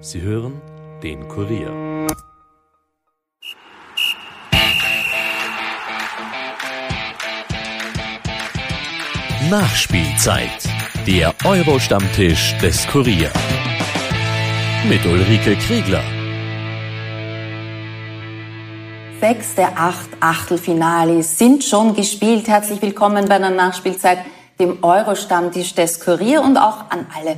Sie hören den Kurier. Nachspielzeit. Der Euro-Stammtisch des Kurier. Mit Ulrike Kriegler. 6 der 8 Achtelfinales sind schon gespielt. Herzlich willkommen bei der Nachspielzeit, dem Euro-Stammtisch des Kurier, und auch an alle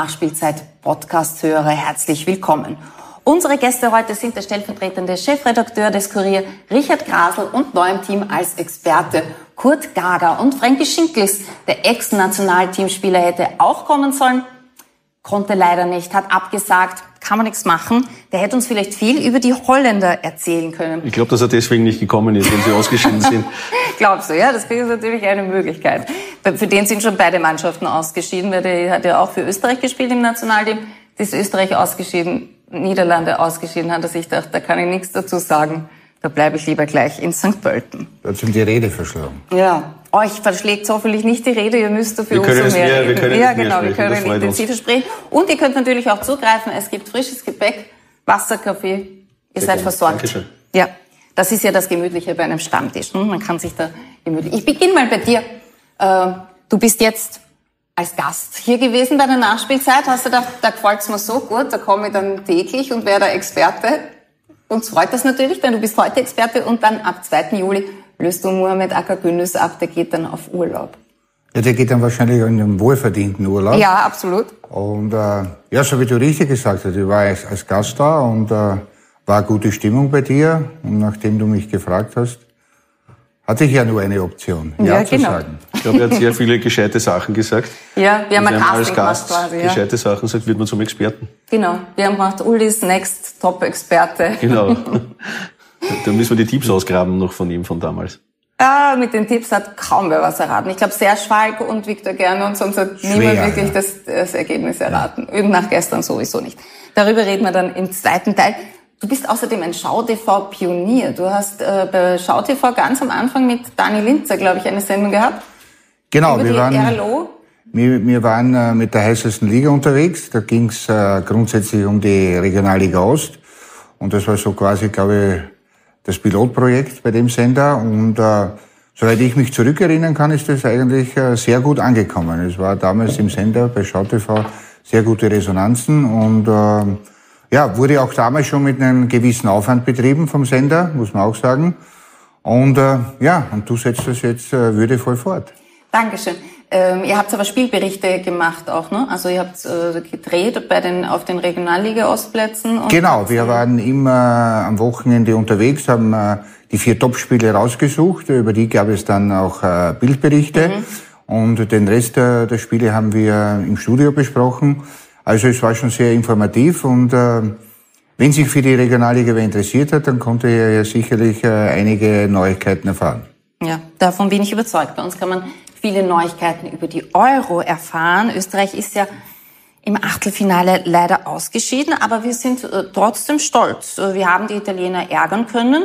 Nachspielzeit-Podcast-Hörer herzlich willkommen. Unsere Gäste heute sind der stellvertretende Chefredakteur des Kurier, Richard Grasl, und neu im Team als Experte Kurt Gager. Und Frankie Schinkels, der Ex-Nationalteamspieler, hätte auch kommen sollen, konnte leider nicht, hat abgesagt, kann man nichts machen. Der hätte uns vielleicht viel über die Holländer erzählen können. Ich glaube, dass er deswegen nicht gekommen ist, wenn sie ausgeschieden sind. Glaubst du, ja? Das ist natürlich eine Möglichkeit. Für den sind schon beide Mannschaften ausgeschieden, weil der hat ja auch für Österreich gespielt im Nationalteam. Das ist Österreich ausgeschieden, Niederlande ausgeschieden, hat er sich gedacht, da kann ich nichts dazu sagen. Da bleibe ich lieber gleich in St. Pölten. Da hat ihm die Rede verschlagen. Ja. Euch verschlägt hoffentlich nicht die Rede, ihr müsst dafür umso mehr reden. Wir können intensiver sprechen. Und ihr könnt natürlich auch zugreifen, es gibt frisches Gepäck, Wasser, Kaffee, ihr seid versorgt. Dankeschön. Ja, das ist ja das Gemütliche bei einem Stammtisch. Man kann sich da gemütlich... Ich beginne mal bei dir. Du bist jetzt als Gast hier gewesen bei der Nachspielzeit. Hast du gedacht, da gefällt's mir so gut, da komme ich dann täglich und werde der Experte. Uns freut das natürlich, denn du bist heute Experte, und dann ab 2. Juli löst du Mohamed Akagündüz ab, der geht dann auf Urlaub. Ja, der geht dann wahrscheinlich in einen wohlverdienten Urlaub. Ja, absolut. Und ja, so wie du richtig gesagt hast, ich war als Gast da und war eine gute Stimmung bei dir. Und nachdem du mich gefragt hast, hatte ich ja nur eine Option, ja zu sagen. Ich glaube, er hat sehr viele gescheite Sachen gesagt. Ja, wir haben ein Casting als Gast gemacht quasi. Ja. Gescheite Sachen sagt, wird man zum Experten. Genau, wir haben gemacht, Ulis Next Top-Experte. Genau. Da müssen wir die Tipps ausgraben noch von ihm von damals. Ah, mit den Tipps hat kaum wer was erraten. Ich glaube, Serge Falk und Viktor Gernot, und sonst hat niemand wirklich das Ergebnis erraten. Ja. Und nach gestern sowieso nicht. Darüber reden wir dann im zweiten Teil. Du bist außerdem ein Schau-TV-Pionier. Du hast bei Schau-TV ganz am Anfang mit Dani Linzer, glaube ich, eine Sendung gehabt. Genau, wir waren mit der heißesten Liga unterwegs. Da ging es grundsätzlich um die Regionalliga Ost. Und das war so quasi, glaube ich, das Pilotprojekt bei dem Sender. Und soweit ich mich zurückerinnern kann, ist das eigentlich sehr gut angekommen. Es war damals im Sender bei Schau-TV sehr gute Resonanzen, und ja, wurde auch damals schon mit einem gewissen Aufwand betrieben vom Sender, muss man auch sagen. Und ja, und du setzt das jetzt würdevoll fort. Dankeschön. Ihr habt aber Spielberichte gemacht auch, ne? Also ihr habt gedreht auf den Regionalliga-Ostplätzen. Genau, wir waren immer am Wochenende unterwegs, haben die 4 Topspiele rausgesucht. Über die gab es dann auch Bildberichte. Und den Rest der Spiele haben wir im Studio besprochen. Also es war schon sehr informativ, und wenn sich für die Regionalliga wer interessiert hat, dann konnte er ja sicherlich einige Neuigkeiten erfahren. Ja, davon bin ich überzeugt. Bei uns kann man viele Neuigkeiten über die Euro erfahren. Österreich ist ja im Achtelfinale leider ausgeschieden, aber wir sind trotzdem stolz. Wir haben die Italiener ärgern können.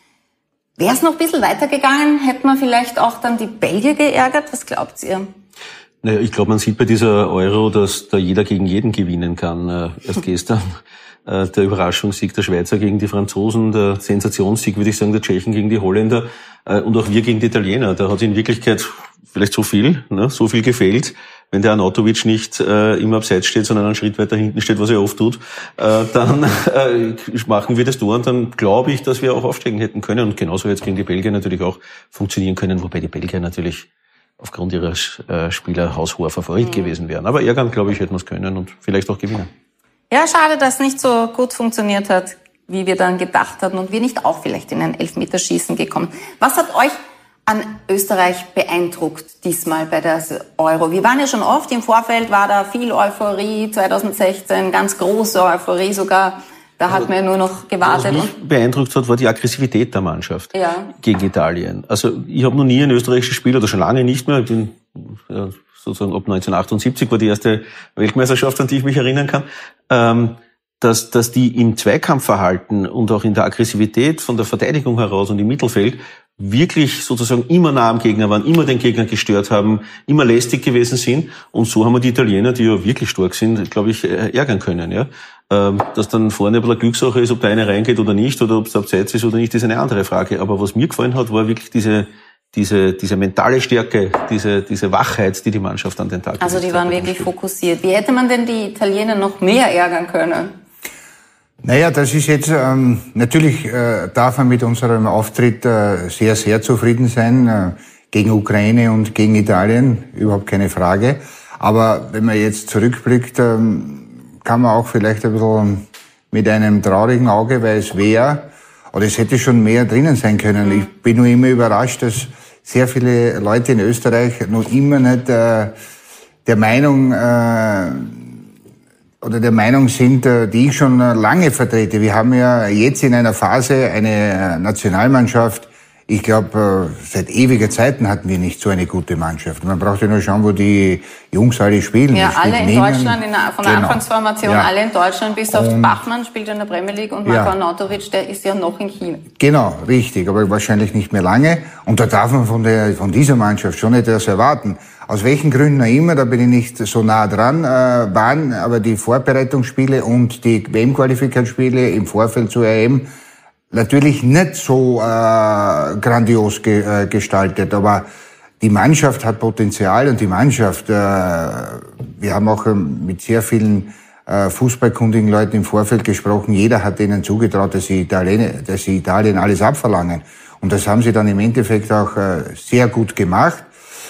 Wäre es noch ein bisschen weitergegangen, hätten wir vielleicht auch dann die Belgier geärgert. Was glaubt ihr? Naja, ich glaube, man sieht bei dieser Euro, dass da jeder gegen jeden gewinnen kann. Erst gestern der Überraschungssieg der Schweizer gegen die Franzosen, der Sensationssieg, würde ich sagen, der Tschechen gegen die Holländer, und auch wir gegen die Italiener. Da hat in Wirklichkeit vielleicht so viel gefehlt. Wenn der Arnautovic nicht im Abseits steht, sondern einen Schritt weiter hinten steht, was er oft tut, dann machen wir das Tor, und dann glaube ich, dass wir auch aufsteigen hätten können, und genauso jetzt gegen die Belgier natürlich auch funktionieren können, wobei die Belgier natürlich aufgrund ihrer Spieler haushoher Favorit gewesen wären. Aber ärgern, glaube ich, hätten wir es können und vielleicht auch gewinnen. Ja, schade, dass nicht so gut funktioniert hat, wie wir dann gedacht hatten, und wir nicht auch vielleicht in ein Elfmeterschießen gekommen. Was hat euch an Österreich beeindruckt diesmal bei der Euro? Wir waren ja schon oft, im Vorfeld war da viel Euphorie, 2016 ganz große Euphorie sogar. Da hat man ja nur noch gewartet. Was mich beeindruckt hat, war die Aggressivität der Mannschaft gegen Italien. Also ich habe noch nie ein österreichisches Spiel, oder schon lange nicht mehr. Ich bin sozusagen ab 1978 war die erste Weltmeisterschaft, an die ich mich erinnern kann. dass die im Zweikampfverhalten und auch in der Aggressivität von der Verteidigung heraus und im Mittelfeld wirklich sozusagen immer nah am Gegner waren, immer den Gegner gestört haben, immer lästig gewesen sind. Und so haben wir die Italiener, die ja wirklich stark sind, glaube ich, ärgern können. Ja, dass dann vorne ein bisschen Glückssache ist, ob der eine reingeht oder nicht, oder ob es abseits ist oder nicht, ist eine andere Frage. Aber was mir gefallen hat, war wirklich diese mentale Stärke, diese Wachheit, die Mannschaft an den Tag Also die waren wirklich fokussiert. Wie hätte man denn die Italiener noch mehr ärgern können? Naja, das ist jetzt, natürlich darf man mit unserem Auftritt sehr, sehr zufrieden sein, gegen Ukraine und gegen Italien, überhaupt keine Frage. Aber wenn man jetzt zurückblickt, kann man auch vielleicht ein bisschen mit einem traurigen Auge, weil es hätte schon mehr drinnen sein können. Ich bin nur immer überrascht, dass sehr viele Leute in Österreich noch immer nicht der Meinung sind, die ich schon lange vertrete. Wir haben ja jetzt in einer Phase eine Nationalmannschaft. Ich glaube, seit ewiger Zeiten hatten wir nicht so eine gute Mannschaft. Man braucht ja nur schauen, wo die Jungs alle spielen. Ja, alle in Deutschland, von der Anfangsformation, alle in Deutschland, bis auf Bachmann spielt in der Premier League und Marko Arnautovic, der ist ja noch in China. Genau, richtig, aber wahrscheinlich nicht mehr lange. Und da darf man von dieser Mannschaft schon etwas erwarten. Aus welchen Gründen auch immer, da bin ich nicht so nah dran, waren aber die Vorbereitungsspiele und die WM-Qualifikationsspiele im Vorfeld zur EM natürlich nicht so grandios gestaltet, aber die Mannschaft hat Potenzial und die Mannschaft, wir haben auch mit sehr vielen fußballkundigen Leuten im Vorfeld gesprochen, jeder hat denen zugetraut, dass sie Italien alles abverlangen. Und das haben sie dann im Endeffekt auch sehr gut gemacht.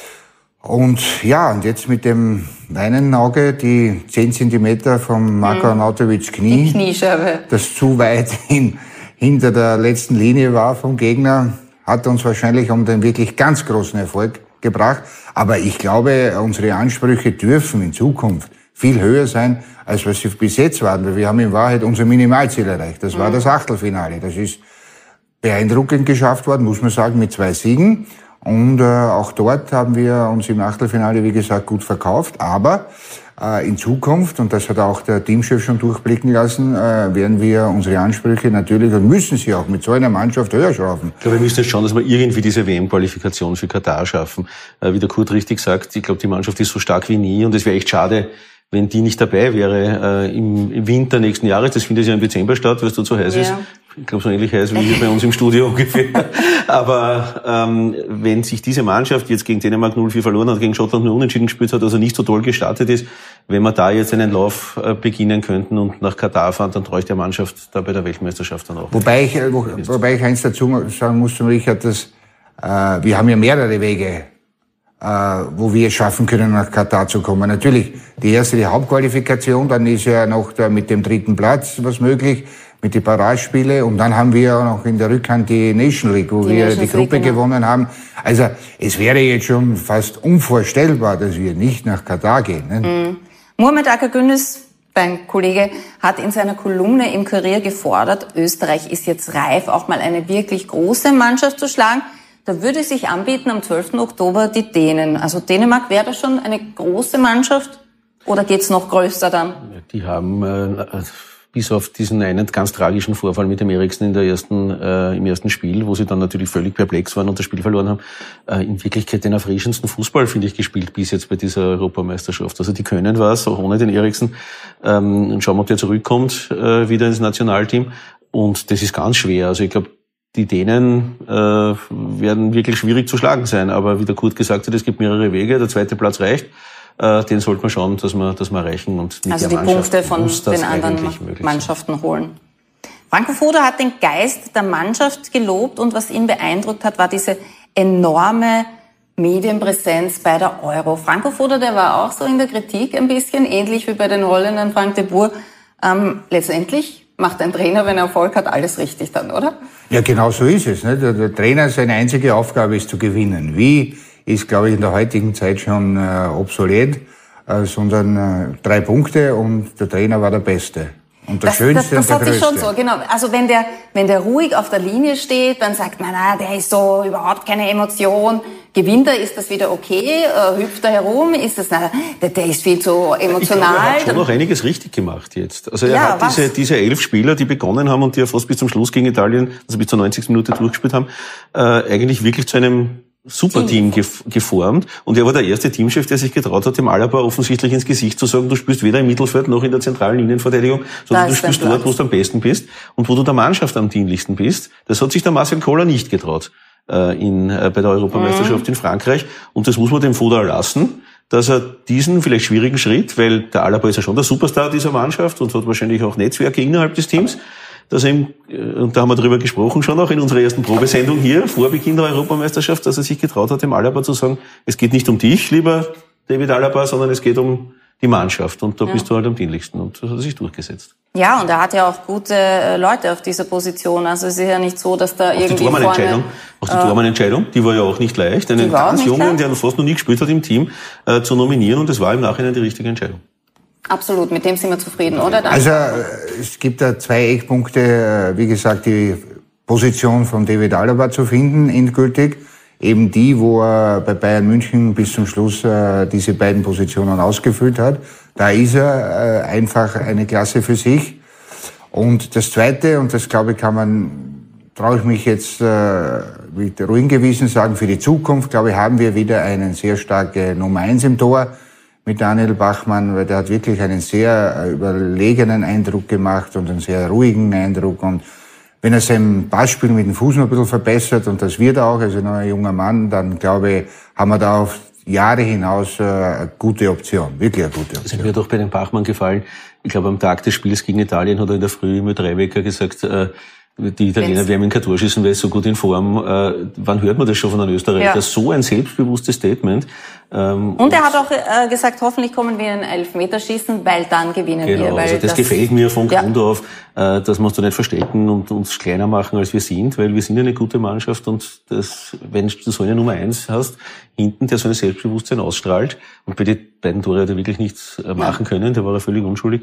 Und ja, und jetzt mit dem weinenden Auge, die 10 Zentimeter vom Marko Arnautovic Knie, die Kniescheibe, das zu weit hinter der letzten Linie war vom Gegner, hat uns wahrscheinlich um den wirklich ganz großen Erfolg gebracht. Aber ich glaube, unsere Ansprüche dürfen in Zukunft viel höher sein, als was sie bis jetzt waren. Weil wir haben in Wahrheit unser Minimalziel erreicht. Das war das Achtelfinale. Das ist beeindruckend geschafft worden, muss man sagen, mit 2 Siegen. Und auch dort haben wir uns im Achtelfinale, wie gesagt, gut verkauft. Aber in Zukunft, und das hat auch der Teamchef schon durchblicken lassen, werden wir unsere Ansprüche natürlich und müssen sie auch mit so einer Mannschaft höher schrauben. Ich glaube, wir müssen jetzt schauen, dass wir irgendwie diese WM-Qualifikation für Katar schaffen. Wie der Kurt richtig sagt, ich glaube, die Mannschaft ist so stark wie nie und es wäre echt schade, wenn die nicht dabei wäre im Winter nächsten Jahres. Das findet ja im Dezember statt, weil es dort so heiß ist. Ich glaube, so ähnlich heiß wie hier bei uns im Studio ungefähr. Aber wenn sich diese Mannschaft jetzt gegen Dänemark 0-4 verloren hat, gegen Schottland nur unentschieden gespielt hat, also nicht so toll gestartet ist, wenn wir da jetzt einen Lauf beginnen könnten und nach Katar fahren, dann traue ich der Mannschaft da bei der Weltmeisterschaft dann auch. Wobei ich eins dazu sagen muss, Richard, dass wir haben ja mehrere Wege, wo wir es schaffen können, nach Katar zu kommen. Natürlich, die Hauptqualifikation, dann ist ja noch mit dem 3. Platz was möglich, mit den Paradespiele, und dann haben wir noch in der Rückhand die Nation League, wo wir die Gruppe gewonnen haben. Also es wäre jetzt schon fast unvorstellbar, dass wir nicht nach Katar gehen. Ne? Muhammed Aka-Gündüz, dein Kollege, hat in seiner Kolumne im Kurier gefordert, Österreich ist jetzt reif, auch mal eine wirklich große Mannschaft zu schlagen. Da würde sich anbieten am 12. Oktober die Dänen. Also Dänemark wäre das schon eine große Mannschaft oder geht's noch größer dann? Die haben bis auf diesen einen ganz tragischen Vorfall mit dem Eriksen im ersten Spiel, wo sie dann natürlich völlig perplex waren und das Spiel verloren haben, in Wirklichkeit den erfrischendsten Fußball, finde ich, gespielt bis jetzt bei dieser Europameisterschaft. Also die können was, auch ohne den Eriksen. Und schauen wir, ob der zurückkommt wieder ins Nationalteam. Und das ist ganz schwer. Also ich glaube, die Dänen werden wirklich schwierig zu schlagen sein. Aber wie der Kurt gesagt hat, es gibt mehrere Wege. Der 2. Platz reicht. Den sollte man schauen, dass wir erreichen. Und mit also der die Punkte von den anderen Mannschaften holen. Franco Foda hat den Geist der Mannschaft gelobt und was ihn beeindruckt hat, war diese enorme Medienpräsenz bei der Euro. Franco Foda, der war auch so in der Kritik ein bisschen, ähnlich wie bei den Holländern Frank de Boer. Letztendlich macht ein Trainer, wenn er Erfolg hat, alles richtig dann, oder? Ja, genau so ist es. Ne? Der Trainer, seine einzige Aufgabe ist zu gewinnen. Wie ist, glaube ich, in der heutigen Zeit schon obsolet, sondern 3 Punkte und der Trainer war der Beste. Und der Schönste und der Größte. Das hat sich schon so, genau. Also wenn der ruhig auf der Linie steht, dann sagt man, der ist so überhaupt keine Emotion, gewinnt er, ist das wieder okay, hüpft er herum, ist das, der ist viel zu emotional. Ich glaube, er hat schon noch einiges richtig gemacht jetzt. Also er hat diese 11 Spieler, die begonnen haben und die ja fast bis zum Schluss gegen Italien, also bis zur 90. Minute durchgespielt haben, eigentlich wirklich zu einem Superteam geformt. Und er war der erste Teamchef, der sich getraut hat, dem Alaba offensichtlich ins Gesicht zu sagen, du spielst weder im Mittelfeld noch in der zentralen Innenverteidigung, sondern du spielst dort, wo du am besten bist und wo du der Mannschaft am dienlichsten bist. Das hat sich der Marcel Koller nicht getraut bei der Europameisterschaft in Frankreich. Und das muss man dem Foda lassen, dass er diesen vielleicht schwierigen Schritt, weil der Alaba ist ja schon der Superstar dieser Mannschaft und hat wahrscheinlich auch Netzwerke innerhalb des Teams, dass er ihm, und da haben wir drüber gesprochen schon auch in unserer ersten Probesendung hier, vor Beginn der Europameisterschaft, dass er sich getraut hat, dem Alaba zu sagen, es geht nicht um dich, lieber David Alaba, sondern es geht um die Mannschaft. Und da bist du halt am dienlichsten. Und das hat er sich durchgesetzt. Ja, und er hat ja auch gute Leute auf dieser Position. Also es ist ja nicht so, dass da irgendwie Auch die Tormann-Entscheidung, die war ja auch nicht leicht, einen ganz Jungen, der fast noch nie gespielt hat im Team, zu nominieren. Und es war im Nachhinein die richtige Entscheidung. Absolut, mit dem sind wir zufrieden, oder? Also es gibt da 2 Eckpunkte, wie gesagt, die Position von David Alaba zu finden, endgültig. Eben die, wo er bei Bayern München bis zum Schluss diese beiden Positionen ausgefüllt hat. Da ist er einfach eine Klasse für sich. Und das Zweite, und das glaube ich traue ich mich jetzt mit ruhigen Gewissen sagen, für die Zukunft, glaube ich, haben wir wieder einen sehr starken Nummer 1 im Tor mit Daniel Bachmann, weil der hat wirklich einen sehr überlegenen Eindruck gemacht und einen sehr ruhigen Eindruck. Und wenn er sein Passspiel mit dem Fuß noch ein bisschen verbessert, und das wird er auch, also noch ein junger Mann, dann glaube ich, haben wir da auf Jahre hinaus eine gute Option, wirklich eine gute Option. Also mir hat auch bei dem Bachmann gefallen, ich glaube am Tag des Spiels gegen Italien hat er in der Früh mit Reibecker gesagt, die Italiener werden kein Tor schießen, weil es so gut in Form. Wann hört man das schon von einem Österreicher? Ja. So ein selbstbewusstes Statement. Und er hat auch gesagt, hoffentlich kommen wir in Elfmeterschießen, weil dann gewinnen wir. Weil also das gefällt mir von Grund auf, dass wir uns da nicht verstecken und uns kleiner machen, als wir sind, weil wir sind eine gute Mannschaft und wenn du so eine Nummer 1 hast, hinten, der so ein Selbstbewusstsein ausstrahlt und bei den beiden Tore hat er wirklich nichts machen können, der war er völlig unschuldig,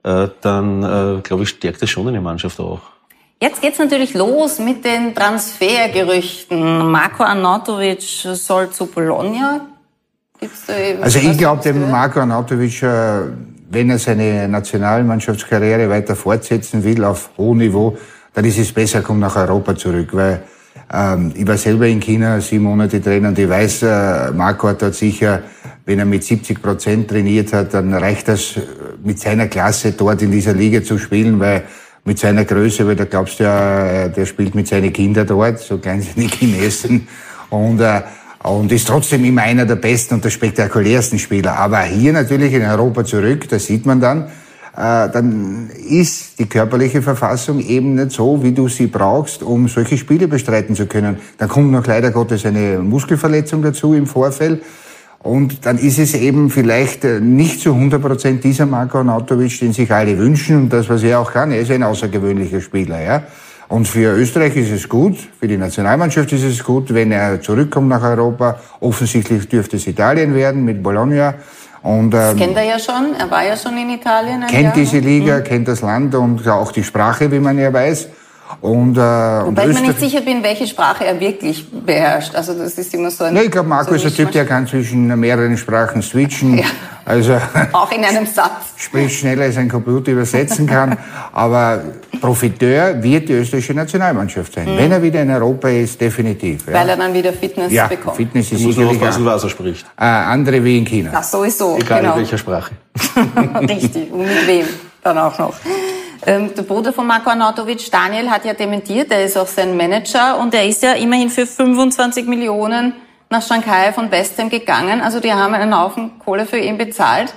dann, glaube ich, stärkt das schon eine Mannschaft auch. Jetzt geht's natürlich los mit den Transfergerüchten. Marko Arnautovic soll zu Bologna. Also ich glaube, dem Marko Arnautovic, wenn er seine Nationalmannschaftskarriere weiter fortsetzen will auf hohem Niveau, dann ist es besser, er kommt nach Europa zurück, weil ich war selber in China 7 Monate Trainer und ich weiß, Marko hat dort sicher, wenn er mit 70% trainiert hat, dann reicht das mit seiner Klasse dort in dieser Liga zu spielen, weil mit seiner Größe, weil da glaubst du ja, der spielt mit seinen Kindern dort, so klein sind die Chinesen, und ist trotzdem immer einer der besten und der spektakulärsten Spieler. Aber hier natürlich in Europa zurück, das sieht man dann ist die körperliche Verfassung eben nicht so, wie du sie brauchst, um solche Spiele bestreiten zu können. Dann kommt noch leider Gottes eine Muskelverletzung dazu im Vorfeld. Und dann ist es eben vielleicht nicht zu 100% dieser Marko Arnautovic, den sich alle wünschen und das, was er auch kann. Er ist ein außergewöhnlicher Spieler, ja. Und für Österreich ist es gut, für die Nationalmannschaft ist es gut, wenn er zurückkommt nach Europa. Offensichtlich dürfte es Italien werden mit Bologna. Und, das kennt er ja schon, er war ja schon in Italien. Kennt diese Liga, kennt das Land und auch die Sprache, wie man ja weiß. Wobei ich mir nicht sicher bin, welche Sprache er wirklich beherrscht. Also das ist immer so ein... Nee, ich glaube, Marco ist ein Typ, der kann zwischen mehreren Sprachen switchen. Ja. Also auch in einem Satz. Spricht schneller, als ein Computer übersetzen kann. Aber Profiteur wird die österreichische Nationalmannschaft sein. Wenn er wieder in Europa ist, definitiv. Ja. Weil er dann wieder Fitness bekommt. Ja, Fitness ist sicherlich... Muss nur aufpassen, was er spricht. Andere wie in China. Ach, sowieso. Egal in welcher Sprache. Richtig. Und mit wem dann auch noch. Der Bruder von Marko Arnautovic, Daniel, hat ja dementiert, er ist auch sein Manager und er ist ja immerhin für 25 Millionen nach Shanghai von West Ham gegangen. Also die haben einen Haufen Kohle für ihn bezahlt.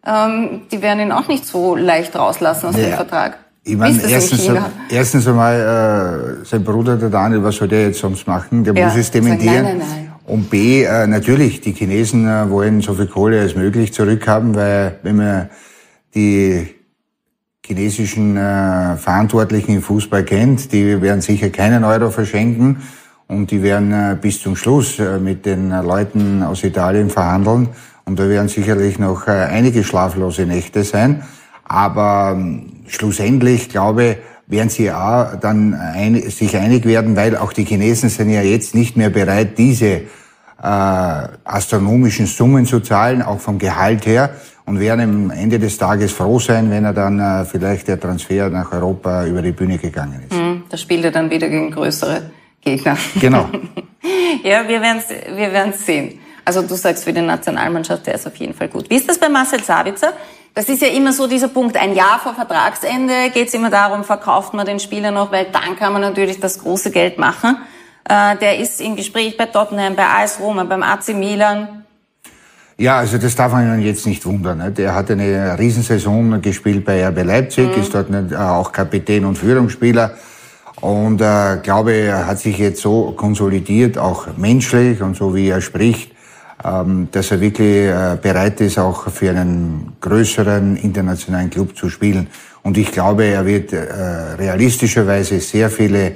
Die werden ihn auch nicht so leicht rauslassen aus dem Vertrag. Ich meine, erstens einmal, sein Bruder, der Daniel, was soll der jetzt sonst machen? Der muss es dementieren. Nein. Und B, natürlich, die Chinesen wollen so viel Kohle als möglich zurückhaben, weil wenn man die chinesischen Verantwortlichen im Fußball kennt, die werden sicher keinen Euro verschenken und die werden bis zum Schluss mit den Leuten aus Italien verhandeln und da werden sicherlich noch einige schlaflose Nächte sein, aber schlussendlich, glaube ich, werden sie auch dann sich einig werden, weil auch die Chinesen sind ja jetzt nicht mehr bereit, diese astronomischen Summen zu zahlen, auch vom Gehalt her, und werden am Ende des Tages froh sein, wenn er dann vielleicht der Transfer nach Europa über die Bühne gegangen ist. Da spielt er dann wieder gegen größere Gegner. Genau. Ja, wir werden's sehen. Also du sagst, für die Nationalmannschaft, der ist auf jeden Fall gut. Wie ist das bei Marcel Sabitzer? Das ist ja immer so dieser Punkt, ein Jahr vor Vertragsende geht's immer darum, verkauft man den Spieler noch, weil dann kann man natürlich das große Geld machen. Der ist im Gespräch bei Tottenham, bei AS Roma, beim AC Milan. Ja, also das darf man jetzt nicht wundern. Ne? Der hat eine Riesensaison gespielt bei RB Leipzig, ist dort auch Kapitän und Führungsspieler. Und glaube, er hat sich jetzt so konsolidiert, auch menschlich und so wie er spricht, dass er wirklich bereit ist, auch für einen größeren internationalen Club zu spielen. Und ich glaube, er wird realistischerweise sehr viele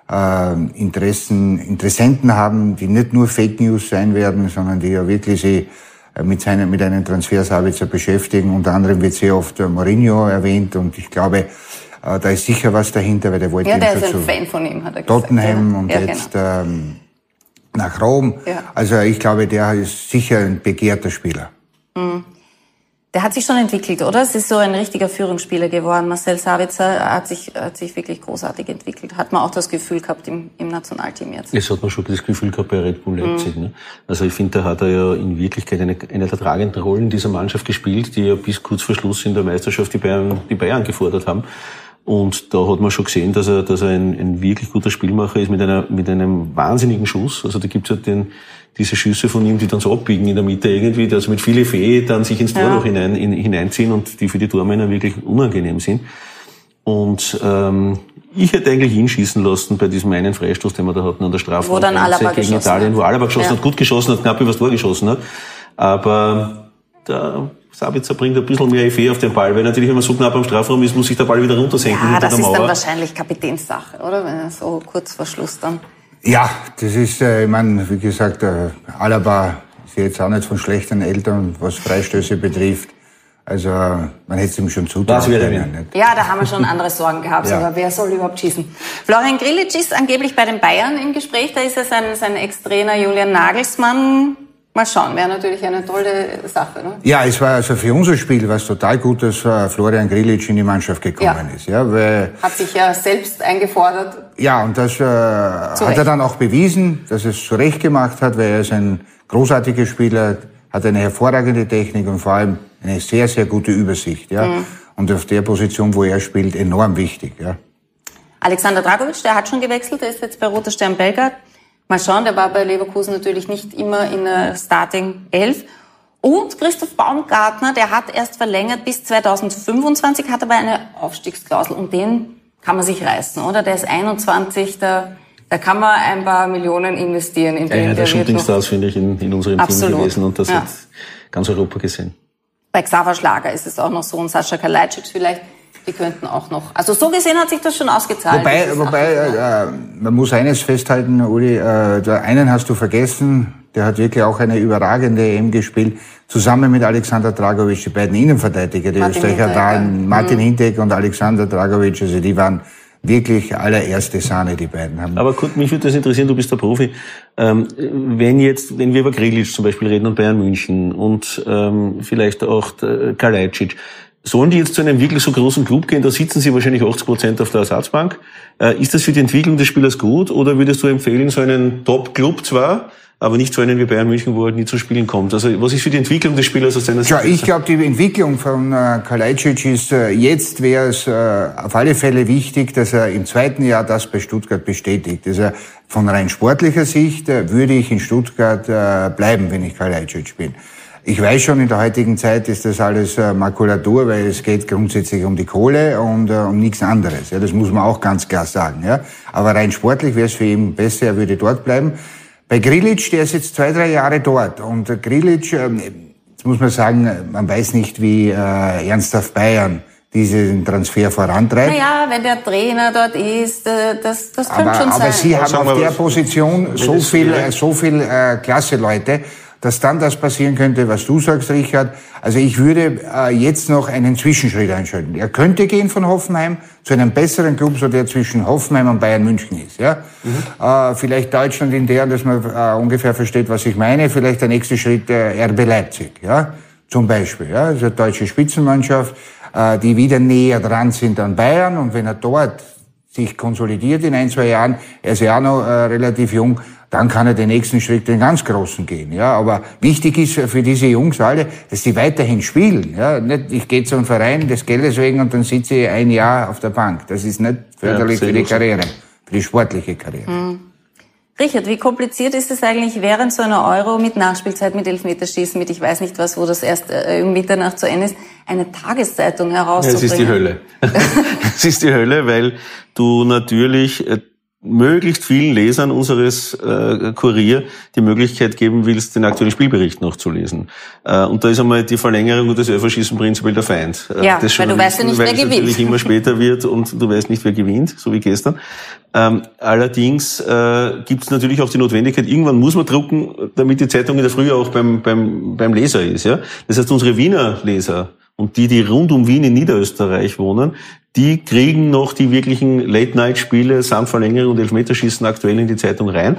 Interessenten haben, die nicht nur Fake News sein werden, sondern die ja wirklich sich mit einem Transfer Sabitzer beschäftigen. Unter anderem wird sehr oft Mourinho erwähnt, und ich glaube, da ist sicher was dahinter, weil der wollte ja, der ist ein Fan von ihm, hat er gesagt. Tottenham und jetzt nach Rom. Ja. Also ich glaube, der ist sicher ein begehrter Spieler. Der hat sich schon entwickelt, oder? Es ist so ein richtiger Führungsspieler geworden. Marcel Sabitzer hat sich wirklich großartig entwickelt. Hat man auch das Gefühl gehabt im Nationalteam jetzt. Das hat man schon das Gefühl gehabt bei Red Bull Leipzig. Ne? Also ich finde, da hat er ja in Wirklichkeit eine der tragenden Rollen dieser Mannschaft gespielt, die ja bis kurz vor Schluss in der Meisterschaft die Bayern gefordert haben. Und da hat man schon gesehen, dass er ein wirklich guter Spielmacher ist mit einem wahnsinnigen Schuss. Also da gibt's ja diese Schüsse von ihm, die dann so abbiegen in der Mitte irgendwie, also mit viel Effet dann sich ins Tor noch hineinziehen und die für die Tormänner wirklich unangenehm sind. Und ich hätte eigentlich ihn schießen lassen bei diesem einen Freistoß, den wir da hatten an der Strafraumgrenze gegen Italien, wo Alaba geschossen hat, gut geschossen hat, knapp übers Tor geschossen hat. Aber der Sabitzer bringt ein bisschen mehr Effet auf den Ball, weil natürlich, wenn man so knapp am Strafraum ist, muss sich der Ball wieder runtersenken. Ja, das ist dann wahrscheinlich Kapitänssache, oder? Wenn er so kurz vor Schluss dann... Ja, das ist, ich meine, wie gesagt, Alaba ist jetzt auch nicht von schlechten Eltern, was Freistöße betrifft. Also man hätte es ihm schon zutrauen können. Ja, da haben wir schon andere Sorgen gehabt, aber wer soll überhaupt schießen? Florian Grillitsch ist angeblich bei den Bayern im Gespräch, da ist ja sein Ex-Trainer Julian Nagelsmann. Mal schauen, wäre natürlich eine tolle Sache. Ne? Ja, es war also für unser Spiel was total gut, dass Florian Grillitsch in die Mannschaft gekommen ist. Ja, weil hat sich ja selbst eingefordert. Ja, und das hat er dann auch bewiesen, dass er es zurecht gemacht hat, weil er ist ein großartiger Spieler, hat eine hervorragende Technik und vor allem eine sehr, sehr gute Übersicht. Ja, und auf der Position, wo er spielt, enorm wichtig. Ja. Alexander Dragovic, der hat schon gewechselt, der ist jetzt bei Roter Stern Belgrad. Mal schauen, der war bei Leverkusen natürlich nicht immer in der Starting 11. Und Christoph Baumgartner, der hat erst verlängert bis 2025, hat aber eine Aufstiegsklausel. Und den kann man sich reißen, oder? Der ist 21, da kann man ein paar Millionen investieren. In den, einer der Shootingstars, finde ich, in unserem Absolut. Team gewesen. Und das hat ganz Europa gesehen. Bei Xaver Schlager ist es auch noch so. Und Sascha Kalajdzic vielleicht. Die könnten auch noch. Also so gesehen hat sich das schon ausgezahlt. Wobei man muss eines festhalten, Uli, einen hast du vergessen, der hat wirklich auch eine überragende EM gespielt, zusammen mit Alexander Dragovic, die beiden Innenverteidiger, die Österreicher waren, Martin Hinteregger und Alexander Dragovic, also die waren wirklich allererste Sahne, die beiden haben. Aber Kurt, mich würde das interessieren, du bist der Profi. Wenn wir über Grillitsch zum Beispiel reden und Bayern München und vielleicht auch Kalajdzic, sollen die jetzt zu einem wirklich so großen Club gehen? Da sitzen sie wahrscheinlich 80% auf der Ersatzbank. Ist das für die Entwicklung des Spielers gut? Oder würdest du empfehlen, so einen Top-Club zwar, aber nicht so einen wie Bayern München, wo er nie zu Spielen kommt? Also was ist für die Entwicklung des Spielers aus deiner Sicht? Ja, ich glaube, die Entwicklung von Kalajdzic ist, jetzt wäre es auf alle Fälle wichtig, dass er im zweiten Jahr das bei Stuttgart bestätigt. Also von rein sportlicher Sicht würde ich in Stuttgart bleiben, wenn ich Kalajdzic bin. Ich weiß schon, in der heutigen Zeit ist das alles Makulatur, weil es geht grundsätzlich um die Kohle und um nichts anderes. Ja, das muss man auch ganz klar sagen. Ja. Aber rein sportlich wäre es für ihn besser, er würde dort bleiben. Bei Grillitsch, der ist jetzt 2-3 Jahre dort. Und Grillitsch, jetzt muss man sagen, man weiß nicht, wie ernsthaft Bayern diesen Transfer vorantreibt. Naja, wenn der Trainer dort ist, das könnte schon sein. Aber sie haben auf der Position so viel klasse Leute, dass dann das passieren könnte, was du sagst, Richard. Also ich würde jetzt noch einen Zwischenschritt einschalten. Er könnte gehen von Hoffenheim zu einem besseren Club, so der zwischen Hoffenheim und Bayern München ist. Ja? Vielleicht Deutschland in der, dass man ungefähr versteht, was ich meine. Vielleicht der nächste Schritt RB Leipzig, ja, zum Beispiel. Ja? Also deutsche Spitzenmannschaft, die wieder näher dran sind an Bayern. Und wenn er dort sich konsolidiert in 1-2 Jahren, er ist ja auch noch relativ jung, dann kann er den nächsten Schritt, den ganz großen gehen. Ja, aber wichtig ist für diese Jungs alle, dass die weiterhin spielen. Ja, nicht, ich gehe zu einem Verein des Geldes wegen und dann sitze ich ein Jahr auf der Bank. Das ist nicht förderlich für die Karriere, für die sportliche Karriere. Richard, wie kompliziert ist es eigentlich während so einer Euro mit Nachspielzeit, mit Elfmeterschießen, mit ich weiß nicht was, wo das erst um Mitternacht zu Ende ist, eine Tageszeitung herauszubringen? Ja, es ist die Hölle. Es ist die Hölle, weil du natürlich möglichst vielen Lesern unseres Kurier die Möglichkeit geben willst, den aktuellen Spielbericht noch zu lesen. Und da ist einmal die Verlängerung und das Elferschießen prinzipiell der Feind. Ja, weil du weißt ja nicht, wer gewinnt. Weil es natürlich immer später wird und du weißt nicht, wer gewinnt, so wie gestern. Allerdings gibt es natürlich auch die Notwendigkeit, irgendwann muss man drucken, damit die Zeitung in der Früh auch beim Leser ist. Ja? Das heißt, unsere Wiener Leser und die rund um Wien in Niederösterreich wohnen, die kriegen noch die wirklichen Late-Night-Spiele samt Verlängerung und Elfmeterschießen aktuell in die Zeitung rein.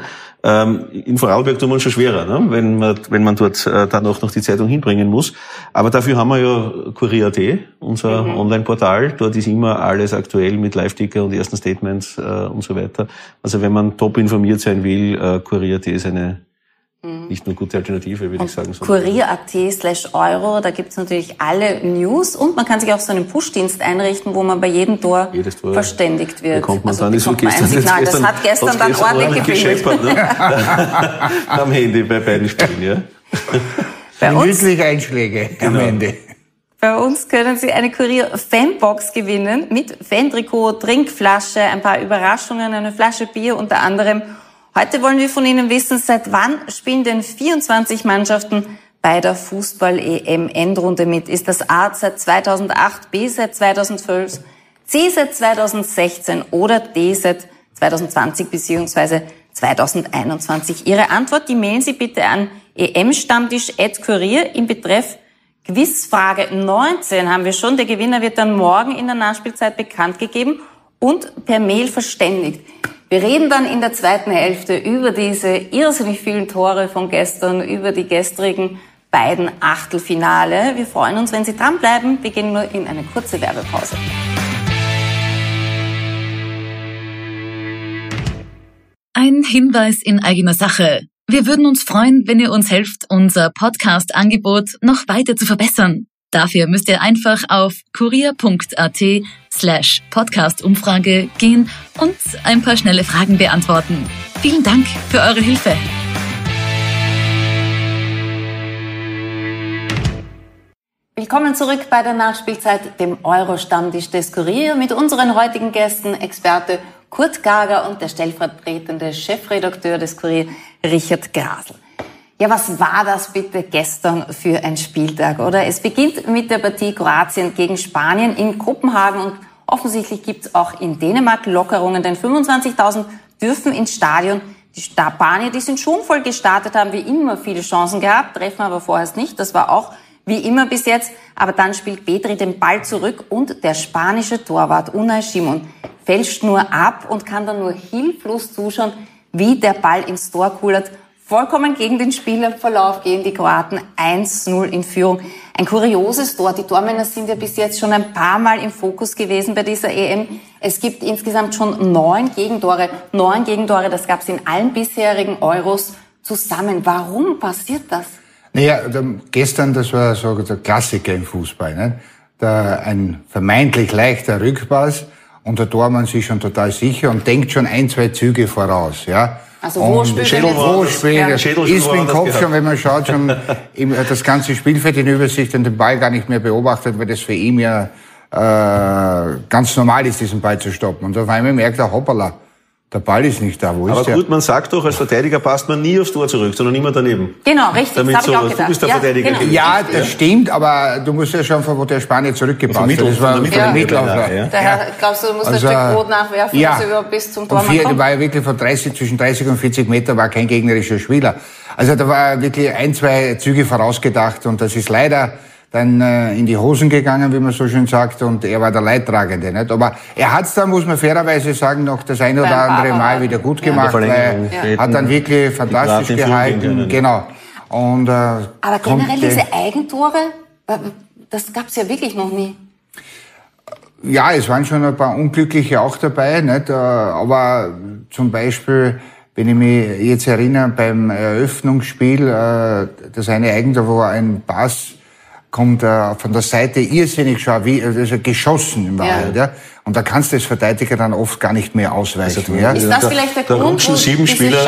In Vorarlberg tut man schon schwerer, ne? wenn man dort dann auch noch die Zeitung hinbringen muss. Aber dafür haben wir ja Kurier.at, unser Online-Portal. Dort ist immer alles aktuell mit Live-Ticker und ersten Statements und so weiter. Also wenn man top informiert sein will, Kurier.at ist eine nicht nur gute Alternative, würde ich sagen. Kurier.at/Euro, da gibt's natürlich alle News und man kann sich auch so einen Push-Dienst einrichten, wo man bei jedem Tor verständigt wird. Bekommt man also dann bekommt man ein Signal. Das hat gestern dann ordentlich gescheppert. Ne? Am Handy bei beiden Spielen, ja. Minütliche Einschläge am Ende. Bei uns können Sie eine Kurier-Fanbox gewinnen mit Fantrikot, Trinkflasche, ein paar Überraschungen, eine Flasche Bier unter anderem. Heute wollen wir von Ihnen wissen, seit wann spielen denn 24 Mannschaften bei der Fußball-EM-Endrunde mit? Ist das A seit 2008, B seit 2012, C seit 2016 oder D seit 2020 bzw. 2021? Ihre Antwort, die mailen Sie bitte an emstammtisch@kurier im Betreff Quizfrage 19 haben wir schon. Der Gewinner wird dann morgen in der Nachspielzeit bekannt gegeben und per Mail verständigt. Wir reden dann in der zweiten Hälfte über diese irrsinnig vielen Tore von gestern, über die gestrigen beiden Achtelfinale. Wir freuen uns, wenn Sie dranbleiben. Wir gehen nur in eine kurze Werbepause. Ein Hinweis in eigener Sache. Wir würden uns freuen, wenn ihr uns helft, unser Podcast-Angebot noch weiter zu verbessern. Dafür müsst ihr einfach auf kurier.at/Podcast-Umfrage gehen und ein paar schnelle Fragen beantworten. Vielen Dank für eure Hilfe. Willkommen zurück bei der Nachspielzeit, dem Euro-Stammtisch des Kurier mit unseren heutigen Gästen, Experte Kurt Gager und der stellvertretende Chefredakteur des Kurier, Richard Grasl. Ja, was war das bitte gestern für ein Spieltag, oder? Es beginnt mit der Partie Kroatien gegen Spanien in Kopenhagen und offensichtlich gibt es auch in Dänemark Lockerungen, denn 25.000 dürfen ins Stadion. Die Spanier, die sind schon voll gestartet, haben wie immer viele Chancen gehabt, treffen aber vorerst nicht. Das war auch wie immer bis jetzt. Aber dann spielt Petri den Ball zurück und der spanische Torwart Unai Simon fälscht nur ab und kann dann nur hilflos zuschauen, wie der Ball ins Tor kullert. Vollkommen gegen den Spielerverlauf gehen die Kroaten 1-0 in Führung. Ein kurioses Tor. Die Tormänner sind ja bis jetzt schon ein paar Mal im Fokus gewesen bei dieser EM. Es gibt insgesamt schon 9 Gegentore. 9 Gegentore, das gab es in allen bisherigen Euros zusammen. Warum passiert das? Naja, gestern, das war so der Klassiker im Fußball. Ne? Ein vermeintlich leichter Rückpass und der Tormann ist schon total sicher und denkt schon 1-2 Züge voraus. Ja. Also wo spielt ist mit dem Kopf schon, wenn man schaut, schon das ganze Spielfeld in Übersicht und den Ball gar nicht mehr beobachtet, weil das für ihn ja ganz normal ist, diesen Ball zu stoppen. Und auf einmal merkt er, hoppala, Der Ball ist nicht da, wo ist der? Aber gut, man sagt doch, als Verteidiger passt man nie aufs Tor zurück, sondern immer daneben. Genau, richtig, Damit das habe ich auch gedacht. Du bist der Verteidiger. Genau. Ja, das stimmt, aber du musst ja schauen, von wo der Spanier zurückgepasst hat. Das war der Mittelläufer. Daher glaubst du musst ein Stück Brot nachwerfen, dass er überhaupt bis zum Tor kommt? War ja wirklich zwischen 30 und 40 Meter war kein gegnerischer Spieler. Also da war wirklich 1, 2 Züge vorausgedacht und das ist leider dann in die Hosen gegangen, wie man so schön sagt, und er war der Leidtragende. Nicht? Aber er hat es dann, muss man fairerweise sagen, noch das eine oder andere Mal wieder gut gemacht, weil er hat dann wirklich fantastisch gehalten. Genau. Und, aber generell diese Eigentore, das gab's ja wirklich noch nie. Ja, es waren schon ein paar Unglückliche auch dabei, nicht? Aber zum Beispiel, wenn ich mich jetzt erinnere, beim Eröffnungsspiel, das eine Eigentor war ein Pass, kommt von der Seite irrsinnig scharf, also geschossen im Wahrheit, ja. Und da kannst du als Verteidiger dann oft gar nicht mehr ausweichen, ja. Ist das vielleicht der Grund, wo diese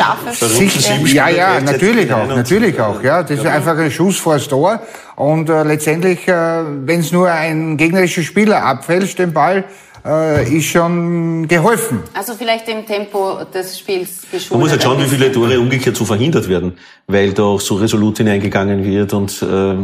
scharfe Ja, natürlich auch, ja. Das ist einfach ein Schuss vors Tor. Und letztendlich, wenn es nur ein gegnerischer Spieler abfälscht, den Ball, ist schon geholfen. Also vielleicht dem Tempo des Spiels geschuldet. Man muss halt schauen, wie viele Tore umgekehrt so verhindert werden, weil da auch so resolut hineingegangen wird und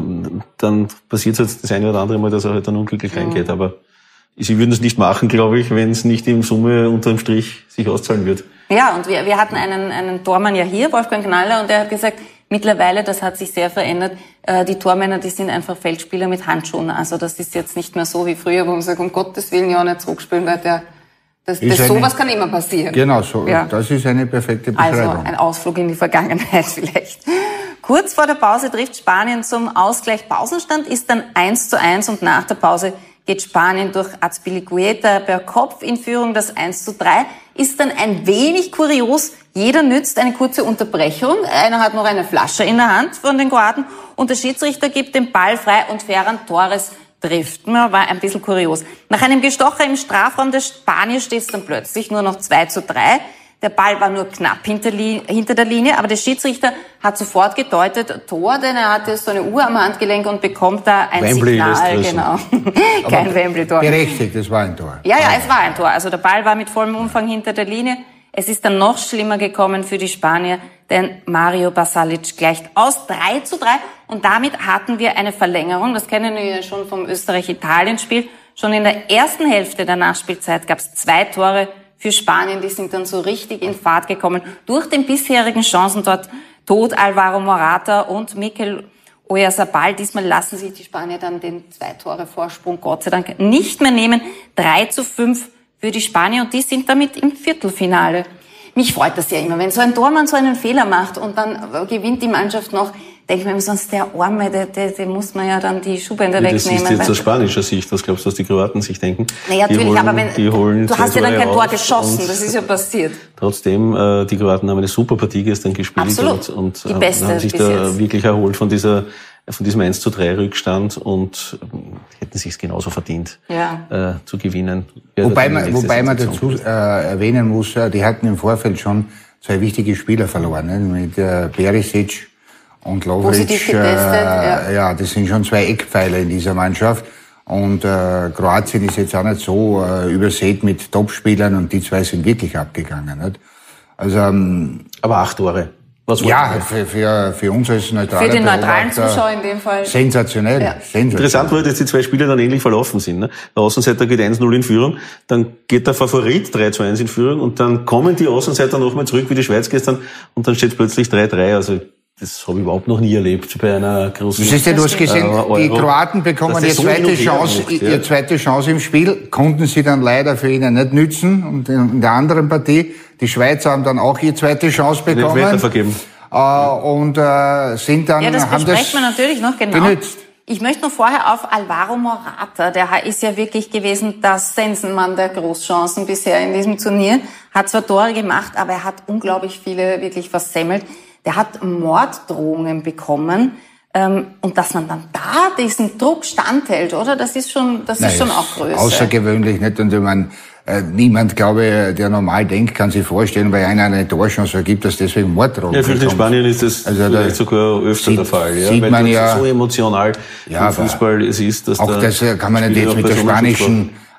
dann passiert es halt das eine oder andere Mal, dass er halt dann unglücklich reingeht. Aber sie würden es nicht machen, glaube ich, wenn es nicht in Summe unterm Strich sich auszahlen wird. Ja, und wir hatten einen Tormann ja hier, Wolfgang Knaller, und der hat gesagt, mittlerweile, das hat sich sehr verändert, die Tormänner, die sind einfach Feldspieler mit Handschuhen. Also das ist jetzt nicht mehr so wie früher, wo man sagt, um Gottes Willen ja nicht zurückspielen, weil sowas kann immer passieren. Genau, so. Ja. Das ist eine perfekte Beschreibung. Also ein Ausflug in die Vergangenheit vielleicht. Kurz vor der Pause trifft Spanien zum Ausgleich. Pausenstand ist dann 1:1 und nach der Pause geht Spanien durch Azpilicueta per Kopf in Führung. Das 1:3 ist dann ein wenig kurios. Jeder nützt eine kurze Unterbrechung. Einer hat noch eine Flasche in der Hand von den Kroaten und der Schiedsrichter gibt den Ball frei und Ferran Torres trifft. Ja, war ein bisschen kurios. Nach einem Gestocher im Strafraum der Spanier steht es dann plötzlich nur noch 2:3. Der Ball war nur knapp hinter der Linie, aber der Schiedsrichter hat sofort gedeutet, Tor, denn er hatte so eine Uhr am Handgelenk und bekommt da ein Wembley Signal. Genau. Kein Wembley-Tor. Berechtigt, es war ein Tor. Ja, es war ein Tor. Also der Ball war mit vollem Umfang hinter der Linie. Es ist dann noch schlimmer gekommen für die Spanier, denn Mario Basalic gleicht aus 3:3 und damit hatten wir eine Verlängerung. Das kennen wir ja schon vom Österreich-Italien-Spiel. Schon in der ersten Hälfte der Nachspielzeit gab es 2 Tore für Spanien. Die sind dann so richtig in Fahrt gekommen durch den bisherigen Chancentod Alvaro Morata und Mikel Oyarzabal. Diesmal lassen sich die Spanier dann den 2-Tore-Vorsprung Gott sei Dank nicht mehr nehmen. 3:5 für die Spanier und die sind damit im Viertelfinale. Mich freut das ja immer, wenn so ein Tormann so einen Fehler macht und dann gewinnt die Mannschaft noch. Denke ich mir, sonst der Arme, der muss man ja dann die Schuhbänder wegnehmen. Das ist jetzt aus spanischer Sicht. Was glaubst du, was die Kroaten sich denken? Naja, natürlich, aber du hast ja dann kein Tor geschossen, das ist ja passiert. Trotzdem, die Kroaten haben eine super Partie gestern gespielt. Absolut. Und die beste haben sich da jetzt wirklich erholt von diesem 1:3 Rückstand und hätten sich es genauso verdient, zu gewinnen. Wobei man dazu erwähnen muss, die hatten im Vorfeld schon 2 wichtige Spieler verloren, ne? Mit Perisic und Lovric. Ja, das sind schon 2 Eckpfeiler in dieser Mannschaft. Und Kroatien ist jetzt auch nicht so übersät mit Topspielern und die 2 sind wirklich abgegangen. Nicht? Also, aber 8 Tore. Ja, für uns als neutrale Für den neutralen Zuschauer in dem Fall. Sensationell. Ja. Interessant war, dass die 2 Spiele dann ähnlich verlaufen sind. Ne? Der Außenseiter geht 1:0 in Führung, dann geht der Favorit 3:1 in Führung und dann kommen die Außenseiter nochmal zurück wie die Schweiz gestern und dann steht plötzlich 3:3. Also das habe ich überhaupt noch nie erlebt bei einer großen. Du hast gesehen, die Kroaten bekommen ihre zweite Chance im Spiel, konnten sie dann leider für ihn nicht nützen. Und in der anderen Partie, die Schweizer haben dann auch ihre zweite Chance bekommen. Nicht weitervergeben. Und sind dann, das haben besprechen wir natürlich noch genau. Genützt. Ich möchte noch vorher auf Alvaro Morata, der ist ja wirklich gewesen das Sensenmann der Großchancen bisher in diesem Turnier, hat zwar Tore gemacht, aber er hat unglaublich viele wirklich versemmelt. Der hat Morddrohungen bekommen. Und dass man dann da diesen Druck standhält, oder? Das ist schon auch Größe. Außergewöhnlich, nicht? Und ich meine, niemand, glaube, der normal denkt, kann sich vorstellen, weil einer eine Torchance ergibt, dass deswegen Morddrohungen Ja, für den Spanien ist das vielleicht sogar öfter der Fall, ja? Sieht man weil ja so emotional im Fußball es ist, dass auch das kann man nicht jetzt mit der spanischen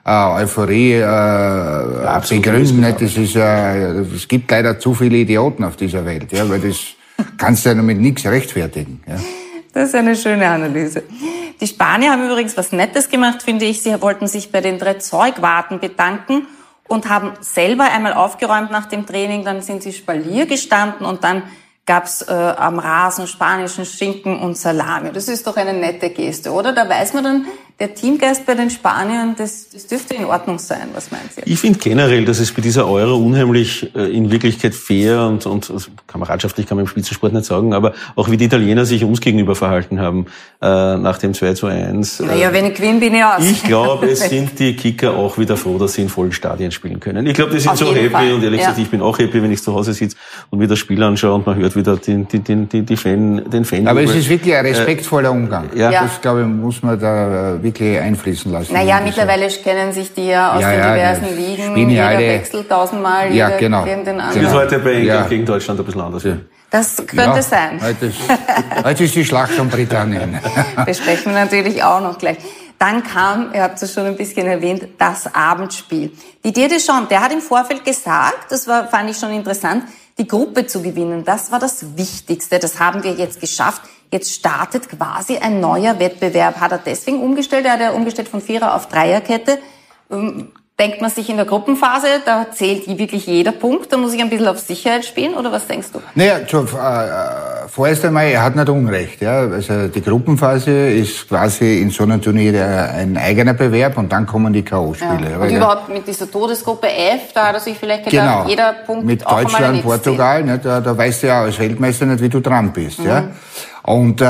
Euphorie begründen. Nicht? Das ist, es gibt leider zu viele Idioten auf dieser Welt, ja, weil das kannst du ja mit nichts rechtfertigen. Ja. Das ist eine schöne Analyse. Die Spanier haben übrigens was Nettes gemacht, finde ich. Sie wollten sich bei den 3 Zeugwarten bedanken und haben selber einmal aufgeräumt nach dem Training. Dann sind sie Spalier gestanden und dann gab's am Rasen spanischen Schinken und Salami. Das ist doch eine nette Geste, oder? Da weiß man dann, der Teamgeist bei den Spaniern, das dürfte in Ordnung sein. Was meint ihr? Ich finde generell, dass es bei dieser Euro unheimlich in Wirklichkeit fair und kameradschaftlich kann man im Spitzensport nicht sagen, aber auch wie die Italiener sich uns gegenüber verhalten haben nach dem 2:1. Naja, wenn ich gewinne, bin ich aus. Ich glaube, es sind die Kicker auch wieder froh, dass sie in vollen Stadien spielen können. Ich glaube, die sind Auf so jeden happy Fall. und ehrlich gesagt, ich bin auch happy, wenn ich zu Hause sitze und mir das Spiel anschaue und man hört wieder den Fan. Aber es ist wirklich ein respektvoller Umgang. Ja. Das, glaube ich, muss man da wirklich einfließen lassen. Naja, mittlerweile kennen sich die ja aus den diversen Ligen. spielen ja Jeder alle. wechselt 1000-mal, Ja, jeder genau. gegen den Das anderen. ist heute bei England Ja. gegen Deutschland ein bisschen anders. Ja. Das könnte sein. Heute ist die Schlacht um Britannien. Besprechen wir natürlich auch noch gleich. Dann kam, ihr habt es schon ein bisschen erwähnt, das Abendspiel. Didier Deschamps, der hat im Vorfeld gesagt, fand ich schon interessant, die Gruppe zu gewinnen. Das war das Wichtigste. Das haben wir jetzt geschafft. Jetzt startet quasi ein neuer Wettbewerb. Hat er deswegen umgestellt? Er hat ja umgestellt von 4er auf 3er-Kette. Denkt man sich in der Gruppenphase, da zählt wirklich jeder Punkt, da muss ich ein bisschen auf Sicherheit spielen, oder was denkst du? Naja, vorerst einmal, er hat nicht Unrecht. Ja. Also die Gruppenphase ist quasi in so einem Turnier ein eigener Bewerb und dann kommen die K.O.-Spiele. Ja. Und überhaupt mit dieser Todesgruppe F, da hat er sich vielleicht gedacht, genau, jeder Punkt mit auch Deutschland, einmal Portugal, ne, da weißt du ja als Weltmeister nicht, wie du dran bist. Ja. Und